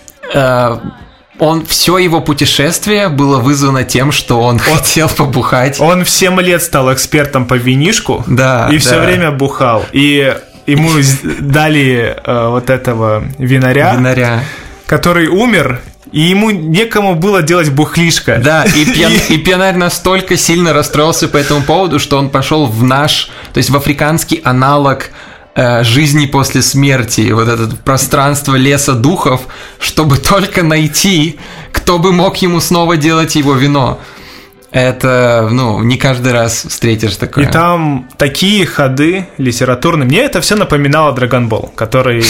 все его путешествие было вызвано тем, что он хотел побухать. Он в 7 лет стал экспертом по винишку, и все время бухал. И ему дали вот этого винаря, который умер. И ему некому было делать бухлишко. Да, и пионер настолько сильно расстроился по этому поводу, что он пошел то есть в африканский аналог жизни после смерти, вот это пространство леса духов, чтобы только найти, кто бы мог ему снова делать его вино. Это, не каждый раз встретишь такое. И там такие ходы литературные. Мне это все напоминало Dragon Ball, который...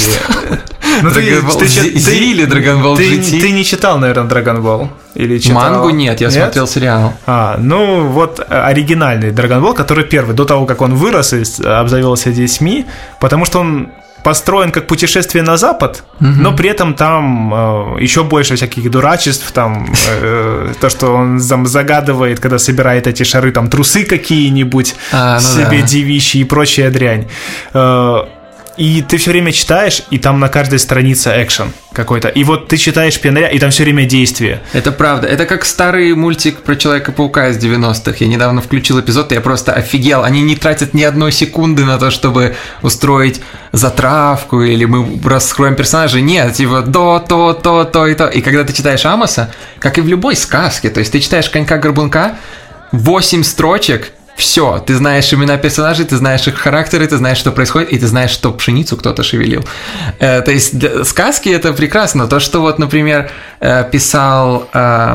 Зи или Dragon Ball GT? Ты не читал, наверное, Dragon Ball? Или читал? Мангу нет, я смотрел сериал. Вот оригинальный Dragon Ball, который первый, до того, как он вырос и обзавелся детьми, потому что он построен как путешествие на запад, но при этом там еще больше всяких дурачеств, там то, что он загадывает, когда собирает эти шары, там трусы какие-нибудь себе девичьи и прочая дрянь. И ты все время читаешь, и там на каждой странице экшен какой-то. И вот ты читаешь пионеря, и там все время действие. Это правда. Это как старый мультик про Человека-паука из 90-х. Я недавно включил эпизод, и я просто офигел. Они не тратят ни одной секунды на то, чтобы устроить затравку, или мы раскроем персонажа. Нет, типа то и то. И когда ты читаешь Амоса, как и в любой сказке, то есть ты читаешь «Конька-горбунка», 8 строчек, все, ты знаешь имена персонажей, ты знаешь их характеры, ты знаешь, что происходит, и ты знаешь, что пшеницу кто-то шевелил. То есть сказки — это прекрасно. То, что вот, например, писал...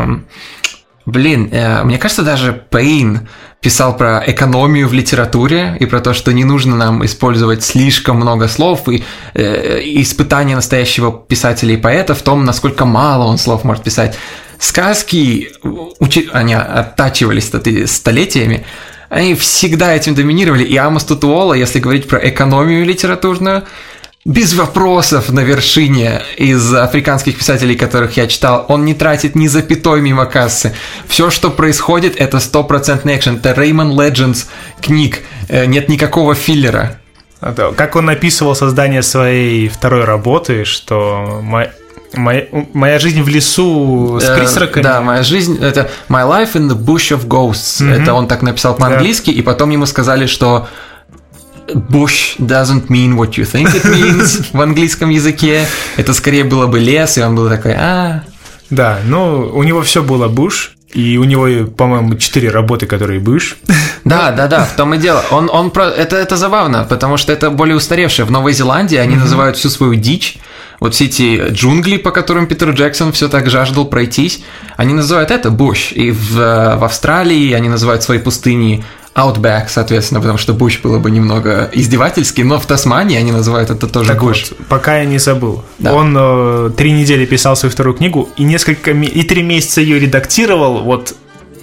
мне кажется, даже Пейн писал про экономию в литературе и про то, что не нужно нам использовать слишком много слов, и испытание настоящего писателя и поэта в том, насколько мало он слов может писать. Сказки, они оттачивались столетиями, они всегда этим доминировали, и Амос Тутуола, если говорить про экономию литературную, без вопросов на вершине из африканских писателей, которых я читал, он не тратит ни запятой мимо кассы. Все, что происходит, это 100% экшен. Это Rayman Legends книг, нет никакого филлера. Как он описывал создание своей второй работы, что... Моя жизнь в лесу с призраками. Да, моя жизнь, это My Life in the Bush of Ghosts. Это он так написал по-английски, и потом ему сказали, что Bush doesn't mean what you think it means в английском языке. Это скорее было бы лес, и он был такой, Да, у него все было Bush. И у него, по-моему, 4 работы, которые Буш. Да, в том и дело. Это забавно, потому что это более устаревшее. В Новой Зеландии они называют всю свою дичь, вот все эти джунгли, по которым Питер Джексон все так жаждал пройтись, они называют это Буш. И в Австралии они называют свои пустыни Outback, соответственно, потому что Буш было бы немного издевательски, но в Тасмании они называют это тоже Буш. Вот, пока я не забыл. Да. Он 3 недели писал свою вторую книгу и 3 месяца ее редактировал, вот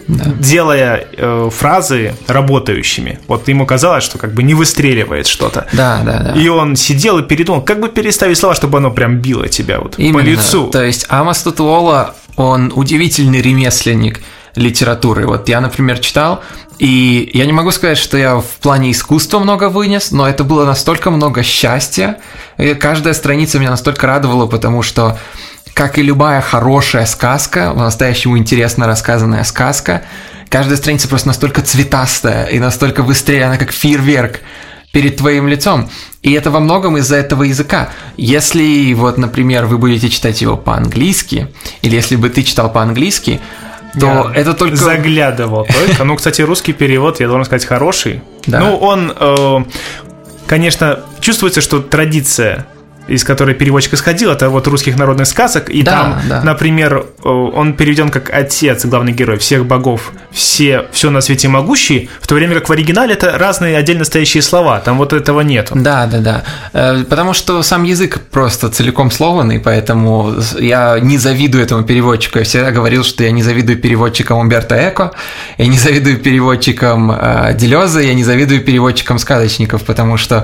делая фразы работающими. Вот ему казалось, что как бы не выстреливает что-то. Да. И он сидел и передумал, как бы переставить слова, чтобы оно прям било тебя вот по лицу. То есть Амос Татуола, он удивительный ремесленник литературы. Вот я, например, читал, и я не могу сказать, что я в плане искусства много вынес, но это было настолько много счастья, и каждая страница меня настолько радовала, потому что, как и любая хорошая сказка, по-настоящему интересно рассказанная сказка, каждая страница просто настолько цветастая и настолько быстрее, она как фейерверк перед твоим лицом. И это во многом из-за этого языка. Если, вот, например, вы будете читать его по-английски, или если бы ты читал по-английски, то это только... Заглядывал только. Ну, кстати, русский перевод, я должен сказать, хороший. Да. Ну, он, конечно, чувствуется, что традиция, из которой переводчик исходил, это вот русских народных сказок, и там, например, он переведен как отец, главный герой всех богов, все на свете могущие, в то время как в оригинале это разные отдельно стоящие слова, там вот этого нету. Да, потому что сам язык просто целиком слованный, поэтому я не завидую этому переводчику, я всегда говорил, что я не завидую переводчикам Умберто Эко, я не завидую переводчикам Делеза, я не завидую переводчикам сказочников, потому что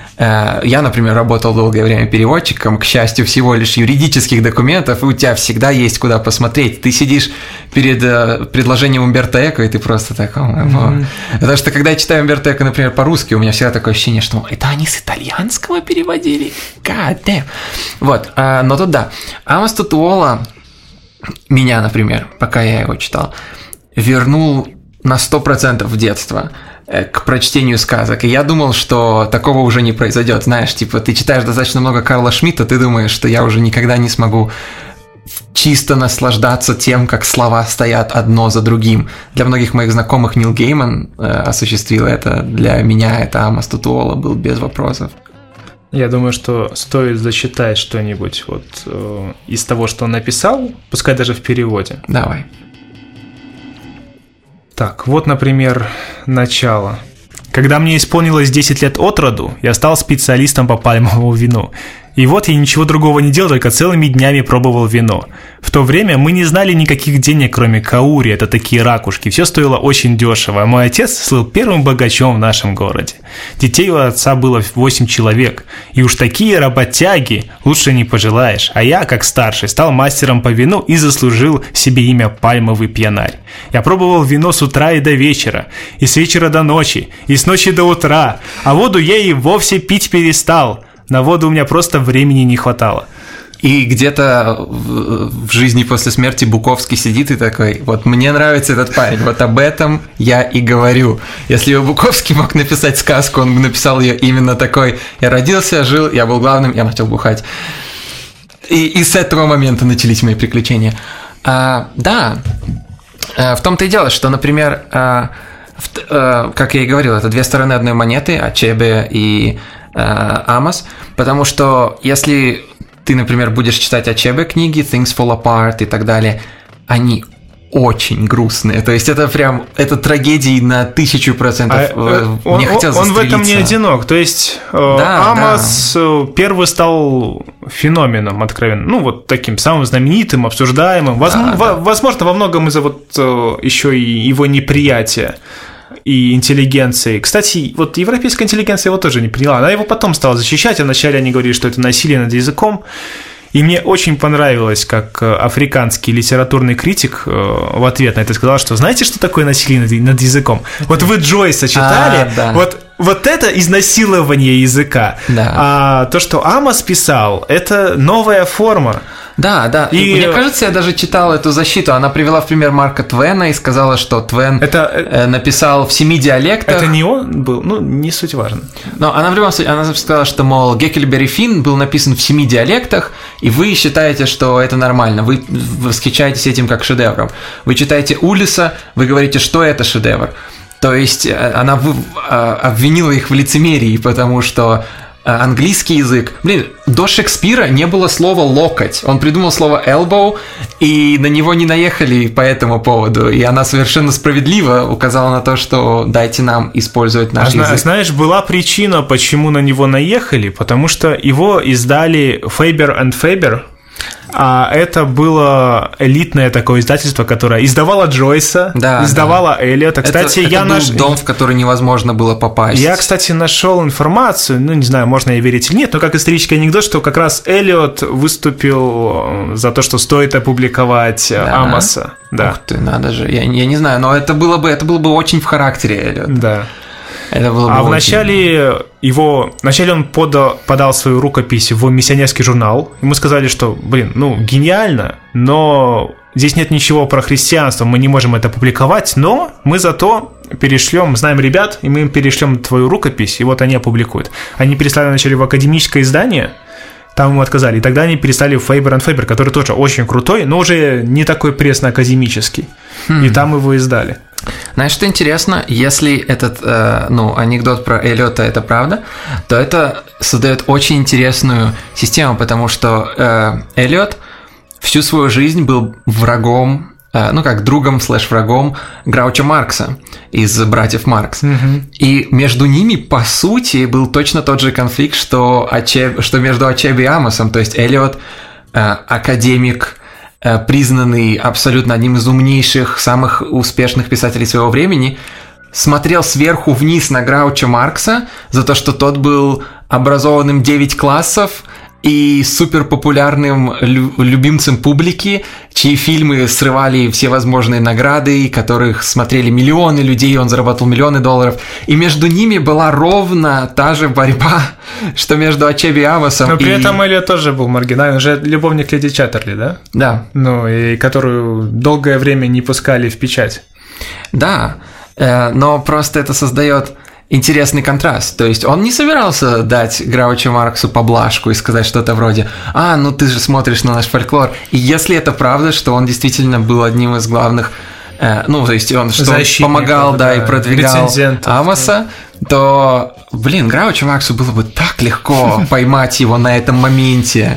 я, например, работал долгое время переводчиком, к счастью, всего лишь юридических документов, и у тебя всегда есть куда посмотреть. Ты сидишь перед предложением Умберто Эко, и ты просто так... Потому что, когда я читаю Умберто Эко, например, по-русски, у меня всегда такое ощущение, что это они с итальянского переводили? God damn. Вот, но тут да. Амос Татуола меня, например, пока я его читал, вернул на 100% в детство к прочтению сказок. И я думал, что такого уже не произойдет. Знаешь, типа, ты читаешь достаточно много Карла Шмидта, ты думаешь, что я уже никогда не смогу чисто наслаждаться тем, как слова стоят одно за другим. Для многих моих знакомых Нил Гейман осуществил это. Для меня это Амос Татуола был без вопросов. Я думаю, что стоит зачитать что-нибудь вот из того, что он написал, пускай даже в переводе. Давай. Так, вот, например, начало. Когда мне исполнилось 10 лет от роду, я стал специалистом по пальмовому вину. И вот я ничего другого не делал, только целыми днями пробовал вино. В то время мы не знали никаких денег, кроме каури, это такие ракушки. Все стоило очень дешево, а мой отец слыл первым богачом в нашем городе. Детей у отца было 8 человек. И уж такие работяги лучше не пожелаешь. А я, как старший, стал мастером по вину и заслужил себе имя пальмовый пьянарь. Я пробовал вино с утра и до вечера, и с вечера до ночи, и с ночи до утра. А воду я и вовсе пить перестал. На воду у меня просто времени не хватало. И где-то в жизни после смерти Буковский сидит и такой: вот мне нравится этот парень, вот об этом я и говорю. Если бы Буковский мог написать сказку, он бы написал ее именно такой: я родился, жил, я был главным, я начал бухать. И с этого момента начались мои приключения. Да, в том-то и дело, что, например, как я и говорил, это две стороны одной монеты, Ачебе и Амос, потому что если ты, например, будешь читать Ачебе книги, Things Fall Apart и так далее, они очень грустные, то есть это прям, это трагедии на 1000%. Мне хотелось он в этом не одинок, то есть Амос первый стал феноменом откровенно, ну вот таким самым знаменитым, обсуждаемым, возможно, во многом из-за вот еще и его неприятия и интеллигенции. Кстати, вот европейская интеллигенция его тоже не приняла. Она его потом стала защищать, а вначале они говорили, что это насилие над языком. И мне очень понравилось, как африканский литературный критик в ответ на это сказал, что знаете, что такое насилие над языком? Вот вы Джойса читали, вот это изнасилование языка. Да. А то, что Амос писал, это новая форма. Да. И мне кажется, я даже читал эту защиту. Она привела в пример Марка Твена и сказала, что Твен написал в 7 диалектах. Это не он был? Ну, не суть важно. Но она в любом случае, она сказала, что, мол, Геккельбери Финн был написан в 7 диалектах, и вы считаете, что это нормально. Вы восхищаетесь этим как шедевром. Вы читаете Улиса, вы говорите, что это шедевр. То есть она обвинила их в лицемерии, потому что английский язык... до Шекспира не было слова «локоть». Он придумал слово «elbow», и на него не наехали по этому поводу. И она совершенно справедливо указала на то, что дайте нам использовать наш язык. Знаешь, была причина, почему на него наехали, потому что его издали Faber and Faber. А это было элитное такое издательство, которое издавало Джойса, издавало Эллиота. Кстати, это был дом, в который невозможно было попасть. Я, кстати, нашел информацию, не знаю, можно ей верить или нет, но как исторический анекдот, что как раз Эллиот выступил за то, что стоит опубликовать Амоса. Да. Ух ты, надо же. Я не знаю, но это было бы очень в характере Эллиота. Да. Это было бы вначале он подал свою рукопись в миссионерский журнал. Ему сказали, что, гениально, но здесь нет ничего про христианство, мы не можем это публиковать, но мы зато знаем ребят, и мы им перешлем твою рукопись, и вот они опубликуют. Они переслали вначале в академическое издание, там ему отказали, и тогда они переслали в Faber & Faber, который тоже очень крутой, но уже не такой прессно-академический, и там его издали. Знаешь, что интересно, если этот анекдот про Эллиота это правда, то это создает очень интересную систему, потому что Эллиот всю свою жизнь был врагом, другом/врагом Граучо Маркса из «Братьев Маркс». И между ними, по сути, был точно тот же конфликт, что между Ачебе и Амосом, то есть Эллиот академик, признанный абсолютно одним из умнейших, самых успешных писателей своего времени, смотрел сверху вниз на Граучо Маркса за то, что тот был образованным 9 классов и суперпопулярным любимцем публики, чьи фильмы срывали все возможные награды, которых смотрели миллионы людей, он заработал миллионы долларов. И между ними была ровно та же борьба, что между Ачебе и Амосом. Но при этом Эллиот тоже был маргинальный, уже любовник леди Чаттерли, да? Да. И которую долгое время не пускали в печать. Да, но просто это создает интересный контраст. То есть он не собирался дать Граучо Марксу поблажку и сказать что-то вроде ты же смотришь на наш фольклор. И если это правда, что он действительно был одним из главных, то есть он помогал, и продвигал Амоса, то, Граучо Марксу было бы так легко поймать его на этом моменте,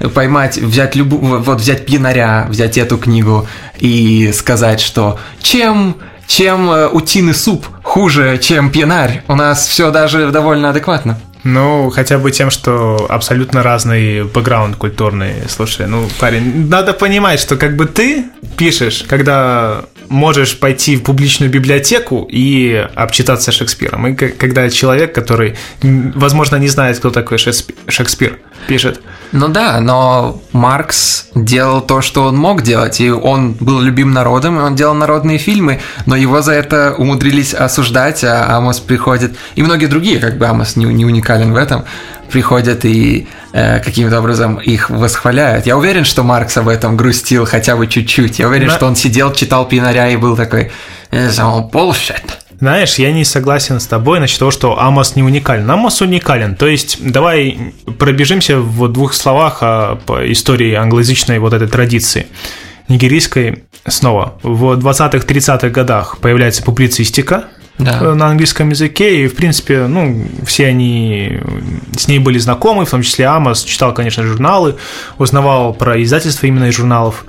взять «Пьянаря», взять эту книгу и сказать, что чем утиный суп хуже, чем «Пьянарь». У нас все даже довольно адекватно. Хотя бы тем, что абсолютно разный бэкграунд культурный. Слушай, парень, надо понимать, что ты пишешь, когда можешь пойти в публичную библиотеку и обчитаться Шекспиром. И когда человек, который, возможно, не знает, кто такой Шекспир, пишет. Но Маркс делал то, что он мог делать, и он был любим народом, и он делал народные фильмы, но его за это умудрились осуждать, а Амос приходит, и многие другие, Амос не уникален в этом, приходят и каким-то образом их восхваляют. Я уверен, что Маркс об этом грустил хотя бы чуть-чуть. Я уверен, что он сидел, читал «Пьянаря» и был такой «bullshit». Знаешь, я не согласен с тобой насчет того, что Амос не уникален. Амос уникален. То есть, давай пробежимся в 2 словах по истории англоязычной этой традиции. Нигерийской снова. В 20-30-х годах появляется публицистика на английском языке, и, в принципе, все они с ней были знакомы, в том числе Амос читал, конечно, журналы, узнавал про издательства именно из журналов.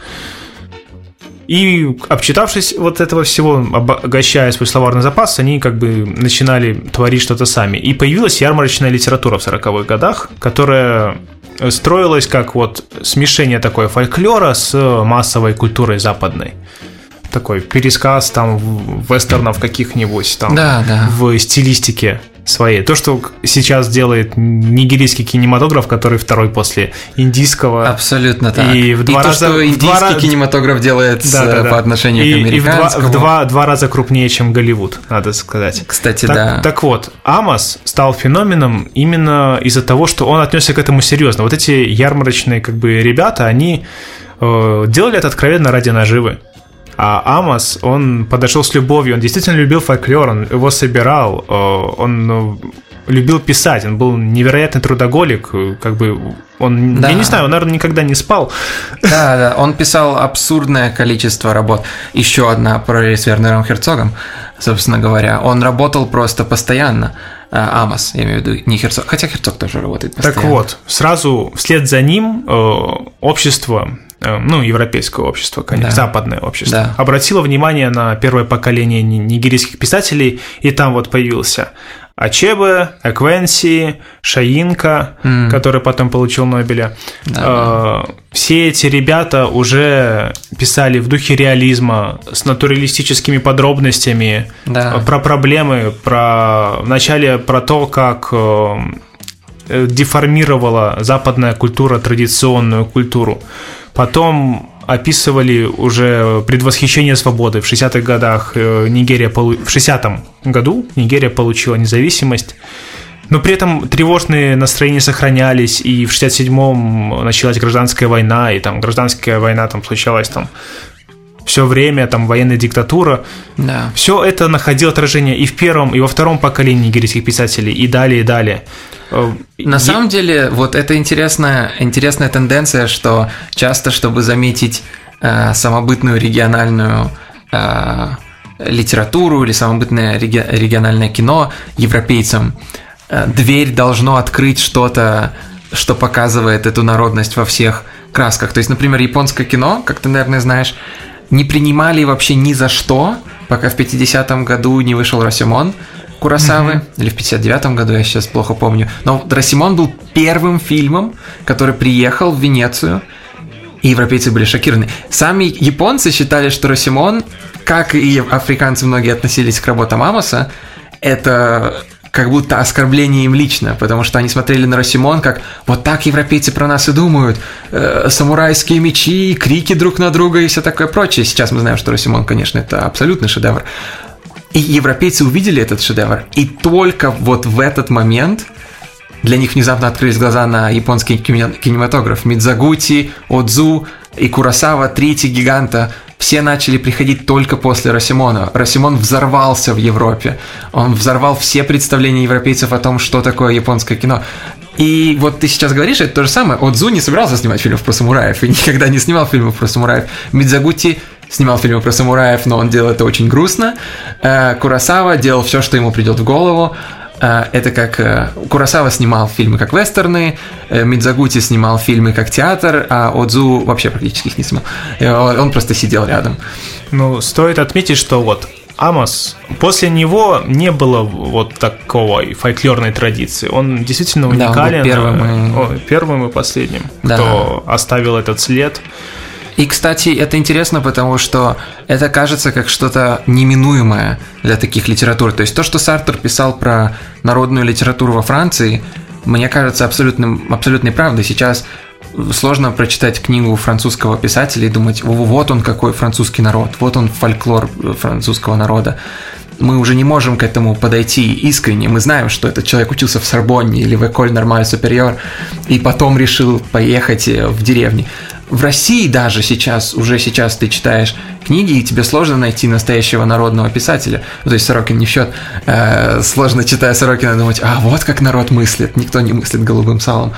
И, обчитавшись этого всего, обогащая свой словарный запас, они начинали творить что-то сами. И появилась ярмарочная литература в 40-х годах, которая строилась как смешение такое фольклора с массовой культурой западной. Такой пересказ вестернов каких-нибудь в стилистике своей. То, что сейчас делает нигерийский кинематограф, который второй после индийского. Абсолютно так. И то, что индийский кинематограф делает по отношению к американскому. И в 2 раза крупнее, чем Голливуд, надо сказать. Кстати, Так вот, Амос стал феноменом именно из-за того, что он отнесся к этому серьезно. Эти ярмарочные ребята, они делали это откровенно ради наживы. А Амос, он подошел с любовью, он действительно любил фольклор, он его собирал, он любил писать, он был невероятный трудоголик, он, я не знаю, он, наверное, никогда не спал. Да, он писал абсурдное количество работ. Еще одна параллель с Вернером Херцогом, собственно говоря, он работал просто постоянно. Амос, я имею в виду, не Херцог, хотя Херцог тоже работает постоянно. Так вот, сразу вслед за ним общество, европейское общество, конечно, западное общество, обратило внимание на первое поколение нигерийских писателей, и там появился Ачебе, Эквенси, Шаинка, который потом получил Нобеля. Все эти ребята уже писали в духе реализма, с натуралистическими подробностями, про проблемы, вначале про то, как деформировала западная культура традиционную культуру. Потом описывали уже предвосхищение свободы. В 60-х годах в 60-м году Нигерия получила независимость, но при этом тревожные настроения сохранялись, и в 67-м началась гражданская война, и там гражданская война там случалась там все время, там военная диктатура. Да. Все это находило отражение и в первом, и во втором поколении нигерийских писателей, и далее, и далее. На самом деле, вот это интересная тенденция, что часто, чтобы заметить самобытную региональную литературу или самобытное региональное кино европейцам, дверь должно открыть что-то, что показывает эту народность во всех красках. То есть, например, японское кино, как ты, наверное, знаешь, не принимали вообще ни за что, пока в 50-м году не вышел Росимон Куросавы, или в 59-м году, я сейчас плохо помню. Но Росимон был первым фильмом, который приехал в Венецию, и европейцы были шокированы. Сами японцы считали, что Росимон, как и африканцы многие относились к работам Амоса, это как будто оскорбление им лично, потому что они смотрели на Росимон как вот так европейцы про нас и думают, самурайские мечи, крики друг на друга и все такое прочее. Сейчас мы знаем, что Росимон, конечно, это абсолютный шедевр. И европейцы увидели этот шедевр, и только вот в этот момент для них внезапно открылись глаза на японский кинематограф. Мидзагути, Одзу и Куросава, три эти гиганта, все начали приходить только после Росимона. Росимон взорвался в Европе. Он взорвал все представления европейцев о том, что такое японское кино. И вот ты сейчас говоришь, это то же самое. Одзу не собирался снимать фильмов про самураев и никогда не снимал фильмов про самураев. Мидзагути снимал фильмы про самураев, но он делал это очень грустно. Куросава делал все, что ему придет в голову. Это как Куросава снимал фильмы как вестерны, Мидзагути снимал фильмы как театр, а Одзу вообще практически их не снимал. Он просто сидел рядом. Ну, стоит отметить, что вот Амос, после него не было вот такой фольклорной традиции. Он действительно уникален. Да, он был первым и последним, кто оставил этот след. И, кстати, это интересно, потому что это кажется как что-то неминуемое для таких литератур. То есть то, что Сартр писал про народную литературу во Франции, мне кажется абсолютной правдой. Сейчас сложно прочитать книгу французского писателя и думать, вот он какой французский народ, вот он фольклор французского народа. Мы уже не можем к этому подойти искренне. Мы знаем, что этот человек учился в Сорбонне или в École Normale Supérieure и потом решил поехать в деревни. В России даже уже сейчас ты читаешь книги, и тебе сложно найти настоящего народного писателя. Ну, то есть Сорокин не в счет. Сложно, читая Сорокина, думать, вот как народ мыслит. Никто не мыслит голубым салом.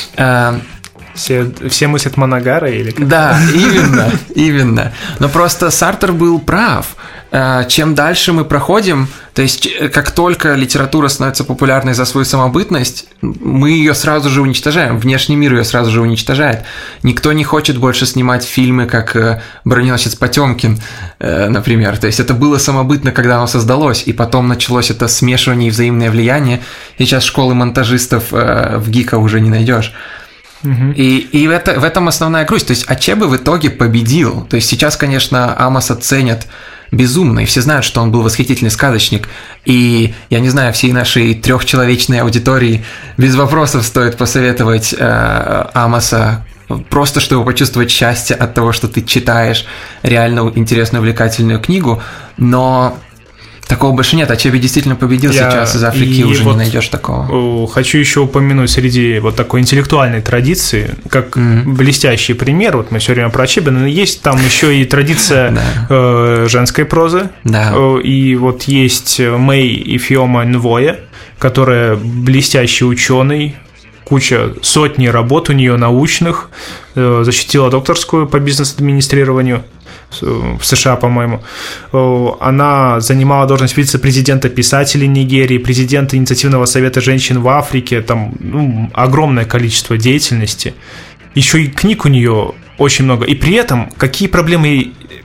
Все мыслят Манагара или как? Да, именно. Но просто Сартр был прав. Чем дальше мы проходим, то есть как только литература становится популярной за свою самобытность, мы ее сразу же уничтожаем, внешний мир ее сразу же уничтожает. Никто не хочет больше снимать фильмы, как «Броненосец Потемкин», например. То есть это было самобытно, когда оно создалось, и потом началось это смешивание и взаимное влияние. Сейчас школы монтажистов в ГИКа уже не найдешь. И в этом основная грусть. То есть Ачебе в итоге победил. То есть сейчас, конечно, Амоса ценят безумно, и все знают, что он был восхитительный сказочник. И, я не знаю, всей нашей трехчеловечной аудитории без вопросов стоит посоветовать Амоса, просто чтобы почувствовать счастье от того, что ты читаешь реально интересную, увлекательную книгу. Но такого больше нет. Ачебе действительно победил сейчас, из Африки уже не найдешь такого. Хочу еще упомянуть среди вот такой интеллектуальной традиции, как блестящий пример, вот мы все время про Ачебе, но есть там еще и традиция женской прозы. И вот есть Мэй Ифеома Нвоя, которая блестящий ученый, сотни работ у нее научных, защитила докторскую по бизнес-администрированию в США, по-моему. Она занимала должность вице-президента писателей Нигерии, президента инициативного совета женщин в Африке, там огромное количество деятельности. Еще и книг у нее очень много. И при этом какие проблемы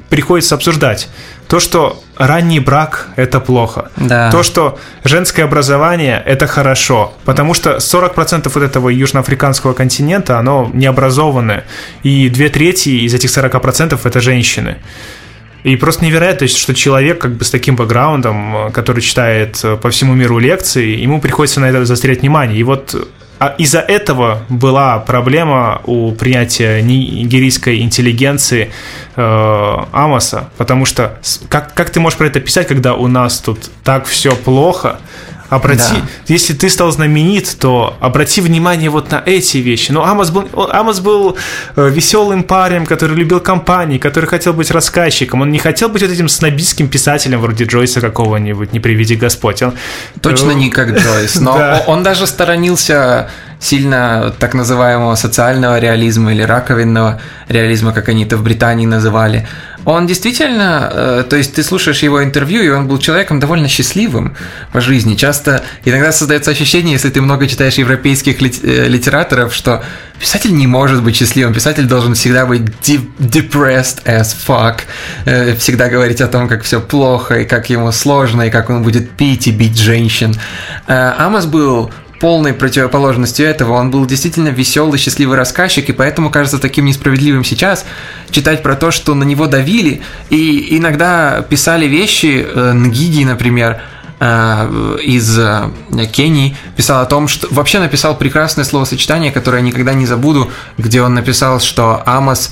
приходится обсуждать. То, что ранний брак – это плохо. Да. То, что женское образование – это хорошо. Потому что 40% вот этого южноафриканского континента, оно необразованное. И 2/3 из этих 40% – это женщины. И просто невероятно, что человек как бы с таким бэкграундом, который читает по всему миру лекции, ему приходится на это заострять внимание. И вот из-за этого была проблема у принятия нигерийской интеллигенции Амоса, потому что как ты можешь про это писать, когда у нас тут так все плохо? Если ты стал знаменит, то обрати внимание вот на эти вещи. Но Амос был веселым парнем, который любил компании, который хотел быть рассказчиком. Он не хотел быть вот этим снобистским писателем вроде Джойса какого-нибудь, не приведи Господь. Точно не как Джойс, но он даже сторонился сильно так называемого социального реализма или раковинного реализма, как они это в Британии называли. Он действительно, то есть ты слушаешь его интервью, и он был человеком довольно счастливым по жизни. Часто, иногда создается ощущение, если ты много читаешь европейских литераторов, что писатель не может быть счастливым, писатель должен всегда быть depressed as fuck, всегда говорить о том, как все плохо, и как ему сложно, и как он будет пить и бить женщин. Амос был полной противоположностью этого. Он был действительно веселый, счастливый рассказчик, и поэтому кажется таким несправедливым сейчас читать про то, что на него давили, и иногда писали вещи, Нгиги, например, из Кении, писал о том, что вообще написал прекрасное словосочетание, которое я никогда не забуду, где он написал, что Амос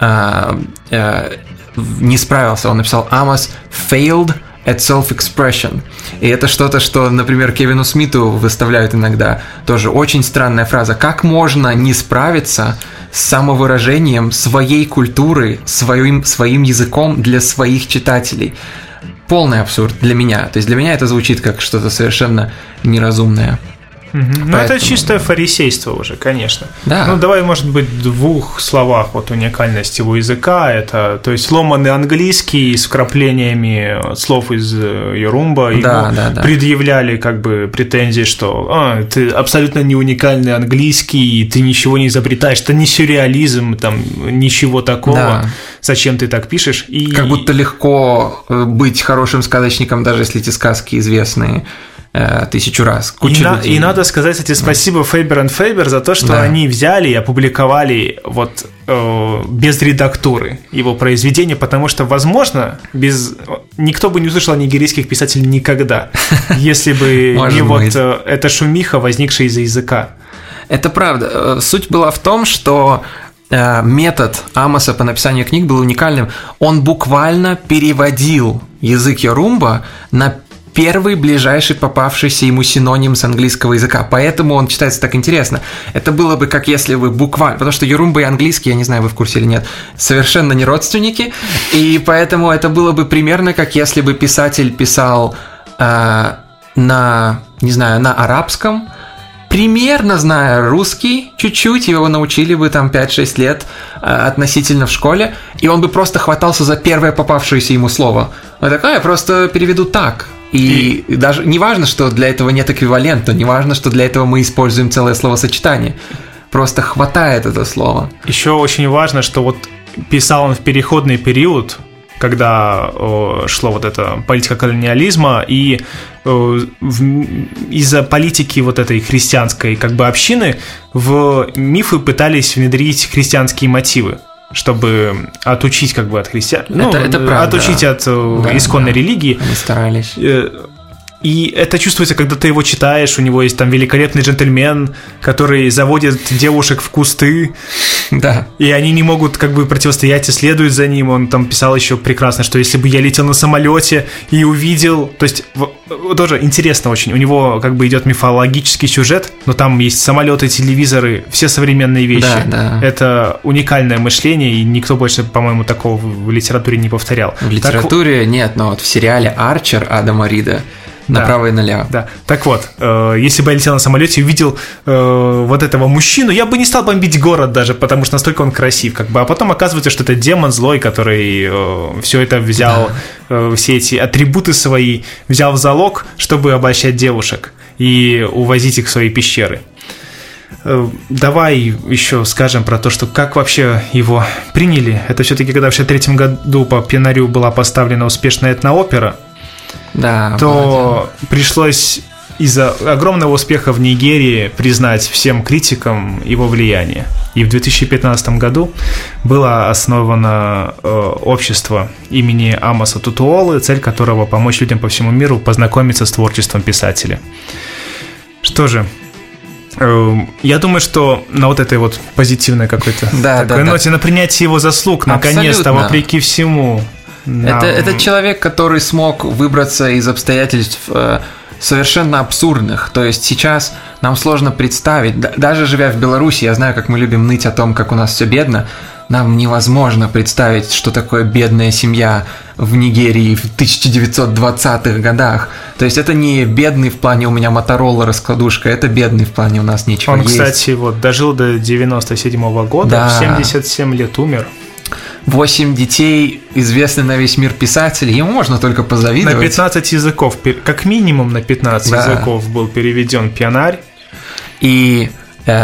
не справился. Он написал «Амос failed at self-expression». И это что-то, что, например, Кевину Смиту выставляют иногда. Тоже очень странная фраза. Как можно не справиться с самовыражением своей культуры, своим языком для своих читателей? Полный абсурд для меня. То есть для меня это звучит как что-то совершенно неразумное. Ну, это чистое фарисейство уже, конечно. Да. Ну, давай, может быть, в 2 словах вот уникальность его языка. Это, то есть, ломаный английский с вкраплениями слов из Йорумба. Ему предъявляли как бы претензии, что ты абсолютно не уникальный английский, ты ничего не изобретаешь, это не сюрреализм, там, ничего такого. Да. Зачем ты так пишешь? И... Как будто легко быть хорошим сказочником, даже если эти сказки известные 1000 раз. И надо сказать, кстати, спасибо Faber & Faber за то, что они взяли и опубликовали вот без редактуры его произведения, потому что, возможно, никто бы не услышал о нигерийских писателях никогда, если бы не вот эта шумиха, возникшая из-за языка. Это правда. Суть была в том, что метод Амоса по написанию книг был уникальным. Он буквально переводил язык Йорумба на первый ближайший попавшийся ему синоним с английского языка. Поэтому он читается так интересно. Это было бы как если вы буквально... Потому что Йорумба и английский, я не знаю, вы в курсе или нет, совершенно не родственники. И поэтому это было бы примерно как если бы писатель писал на арабском, примерно зная русский, чуть-чуть, его научили бы там 5-6 лет относительно в школе, и он бы просто хватался за первое попавшееся ему слово. Он такой, я просто переведу так. И даже не важно, что для этого нет эквивалента, не важно, что для этого мы используем целое словосочетание. Просто хватает это слово. Еще очень важно, что вот писал он в переходный период, когда шло вот это политика колониализма, и из-за политики вот этой христианской как бы общины в мифы пытались внедрить христианские мотивы, чтобы отучить как бы от христиан, это правда. Отучить от исконной религии. Они старались. И это чувствуется, когда ты его читаешь, у него есть там великолепный джентльмен, который заводит девушек в кусты, да. И они не могут как бы противостоять и следуют за ним. Он там писал еще прекрасно, что если бы я летел на самолете и увидел... То есть тоже интересно очень, у него как бы идет мифологический сюжет, но там есть самолеты, телевизоры, все современные вещи. Да. Это уникальное мышление, и никто больше, по-моему, такого в литературе не повторял. В литературе нет, но вот в сериале «Арчер» Адама Рида направо и налево. Да. Так вот, если бы я летел на самолете и увидел вот этого мужчину, я бы не стал бомбить город даже, потому что настолько он красив, как бы. А потом оказывается, что это демон злой, который все это взял, все эти атрибуты свои взял в залог, чтобы обольщать девушек и увозить их в свои пещеры. Давай еще скажем про то, что как вообще его приняли. Это все-таки, когда в 1963 году по Пинарю была поставлена успешная этноопера, да, то пришлось из-за огромного успеха в Нигерии признать всем критикам его влияние. И в 2015 году было основано общество имени Амоса Тутуолы, цель которого помочь людям по всему миру познакомиться с творчеством писателя. Что же, я думаю, что на вот этой вот позитивной какой-то такой ноте, на принятии его заслуг, наконец-то, вопреки всему. Это человек, который смог выбраться из обстоятельств совершенно абсурдных. То есть сейчас нам сложно представить, даже живя в Беларуси, я знаю, как мы любим ныть о том, как у нас все бедно, нам невозможно представить, что такое бедная семья в Нигерии в 1920-х годах. То есть это не бедный в плане у меня Моторола раскладушка, это бедный в плане у нас нечего есть. Он, кстати, вот дожил до 97-го года, да. В 77 лет умер. 8 детей, известный на весь мир писатель, ему можно только позавидовать. На 15 языков, как минимум на 15 языков был переведен Пинарь. И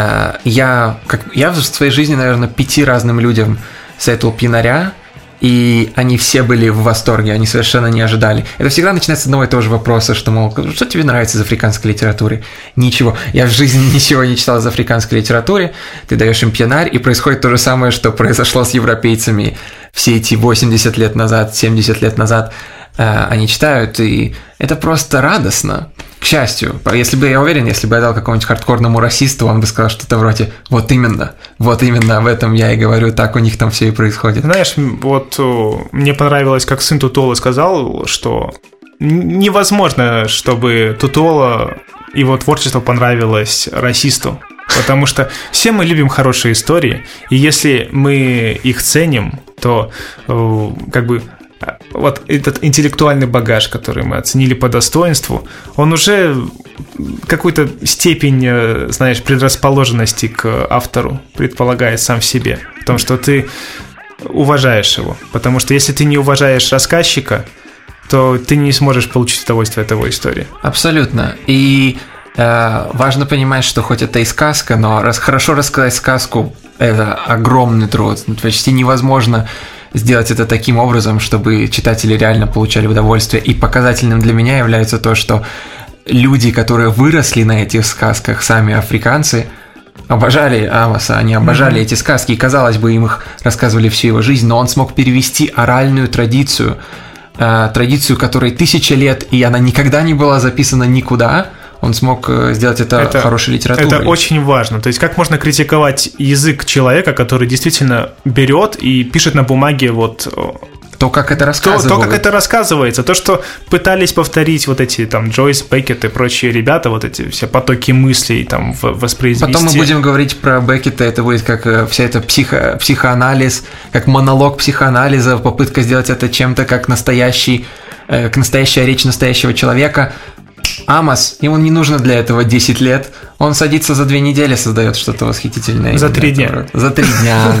я в своей жизни, наверное, 5 разным людям советовал Пинаря, и они все были в восторге, они совершенно не ожидали. Это всегда начинается с одного и того же вопроса, что, мол, что тебе нравится из африканской литературы? Ничего. Я в жизни ничего не читал из африканской литературы. Ты даешь им Пинарь, и происходит то же самое, что произошло с европейцами все эти 80 лет назад, 70 лет назад. Они читают, и это просто радостно. К счастью, я уверен, если бы я дал какому-нибудь хардкорному расисту, он бы сказал что-то вроде вот именно об этом я и говорю, так у них там все и происходит. Знаешь, вот мне понравилось, как сын Тутуолы сказал, что невозможно, чтобы Тутуола, его творчество понравилось расисту, потому что все мы любим хорошие истории, и если мы их ценим, то как бы вот этот интеллектуальный багаж, который мы оценили по достоинству, он уже какую-то степень, знаешь, предрасположенности к автору предполагает сам в себе. В том, что ты уважаешь его. Потому что если ты не уважаешь рассказчика, то ты не сможешь получить удовольствие от его истории. Абсолютно. И важно понимать, что хоть это и сказка, но хорошо рассказать сказку – это огромный труд. Почти невозможно сделать это таким образом, чтобы читатели реально получали удовольствие. И показательным для меня является то, что люди, которые выросли на этих сказках, сами африканцы, обожали Амоса, они обожали эти сказки, и, казалось бы, им их рассказывали всю его жизнь, но он смог перевести оральную традицию, которой 1000 лет, и она никогда не была записана никуда. Он смог сделать это хорошей литературой. Это очень важно. То есть как можно критиковать язык человека, который действительно берет и пишет на бумаге вот то, как это рассказывается. То, как это рассказывается. То, что пытались повторить вот эти там Джойс, Беккет и прочие ребята, вот эти все потоки мыслей там воспроизвести. Потом мы будем говорить про Беккета, это будет как вся эта психоанализ, как монолог психоанализа, попытка сделать это чем-то как настоящая речь настоящего человека. Амос, ему не нужно для этого 10 лет. Он садится за 2 недели, создает что-то восхитительное. За 3 дня. За 3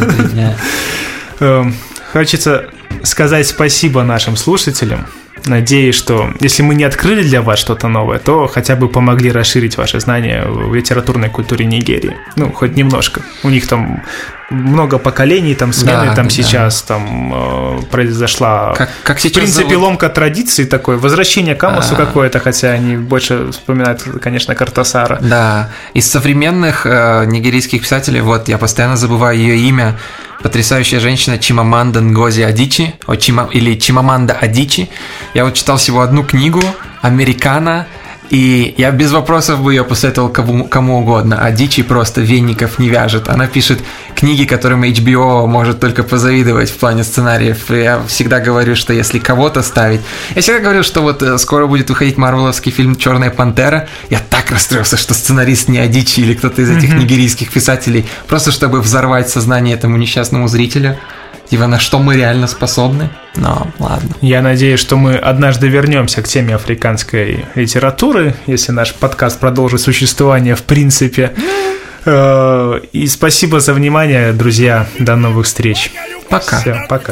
дня. Хочется сказать спасибо нашим слушателям. Надеюсь, что если мы не открыли для вас что-то новое, то хотя бы помогли расширить ваши знания в литературной культуре Нигерии. Ну, хоть немножко. У них там много поколений, там смены, сейчас там произошла, как в принципе, ломка традиций такой, возвращение к Амосу какое-то, хотя они больше вспоминают, конечно, Картасара. Да, из современных нигерийских писателей, вот я постоянно забываю ее имя, потрясающая женщина Чимаманда Ngozi Адичи, или Чимаманда Адичи. Я вот читал всего одну книгу «Американо», и я без вопросов бы ее посоветовал кому угодно. Адичи просто веников не вяжет. Она пишет книги, которым HBO может только позавидовать в плане сценариев. И я всегда говорю, что если кого-то ставить... Я всегда говорил, что вот скоро будет выходить марвеловский фильм «Черная пантера». Я так расстроился, что сценарист не Адичи или кто-то из этих нигерийских писателей, просто чтобы взорвать сознание этому несчастному зрителю. Типа, на что мы реально способны? Но ладно. Я надеюсь, что мы однажды вернемся к теме африканской литературы, если наш подкаст продолжит существование в принципе. И спасибо за внимание, друзья. До новых встреч. Пока. Все, пока.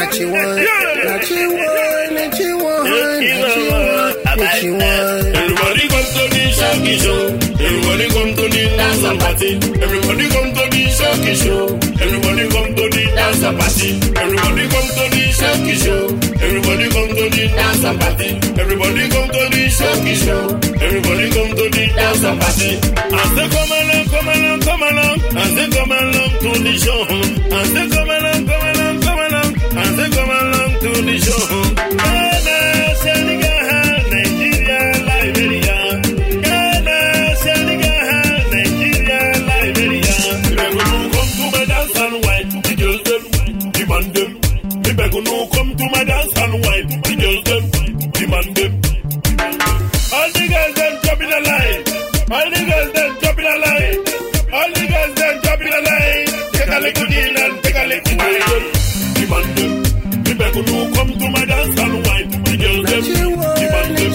Everybody come to the Shoki Show. Everybody come to the dance and party. Everybody come to the Shoki Show. Everybody come to the dance and party. Everybody come to the Shoki Show. Everybody come to the dance and party. Everybody come to the Shoki Show. Everybody come to the dance and party. As they come along, come along, come along. As they come along to the show. As they come along, come along, come along. As they come along to the show. Ghana, Senegal, Nigeria, Liberia. Ghana, Senegal, Nigeria, Liberia. Me beg you come to my dance and wine. The girls them demand them. Me beg you come to my dance and wine. The girls them demand them. All the girls them drop in a line. All the girls them drop in a line. All the girls them drop in a line. Take a little deal and take a little deal. Demand them. Me beg you come to my dance and wine. The girls them demand them.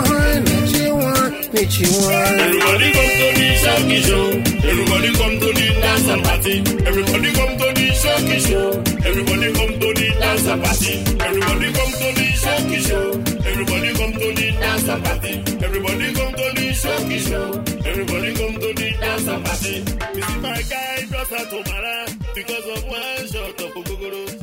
Everybody come to the Shoki Show. Everybody come to the dance and party. Everybody come to the Shoki Show. Everybody come to the dance and party. Everybody come to the Shoki Show. Everybody come to the dance and party. Everybody come to the Shoki Show. Everybody come to the dance and party. Me see my guy just a tomorrow because of one shot of Ogogoro.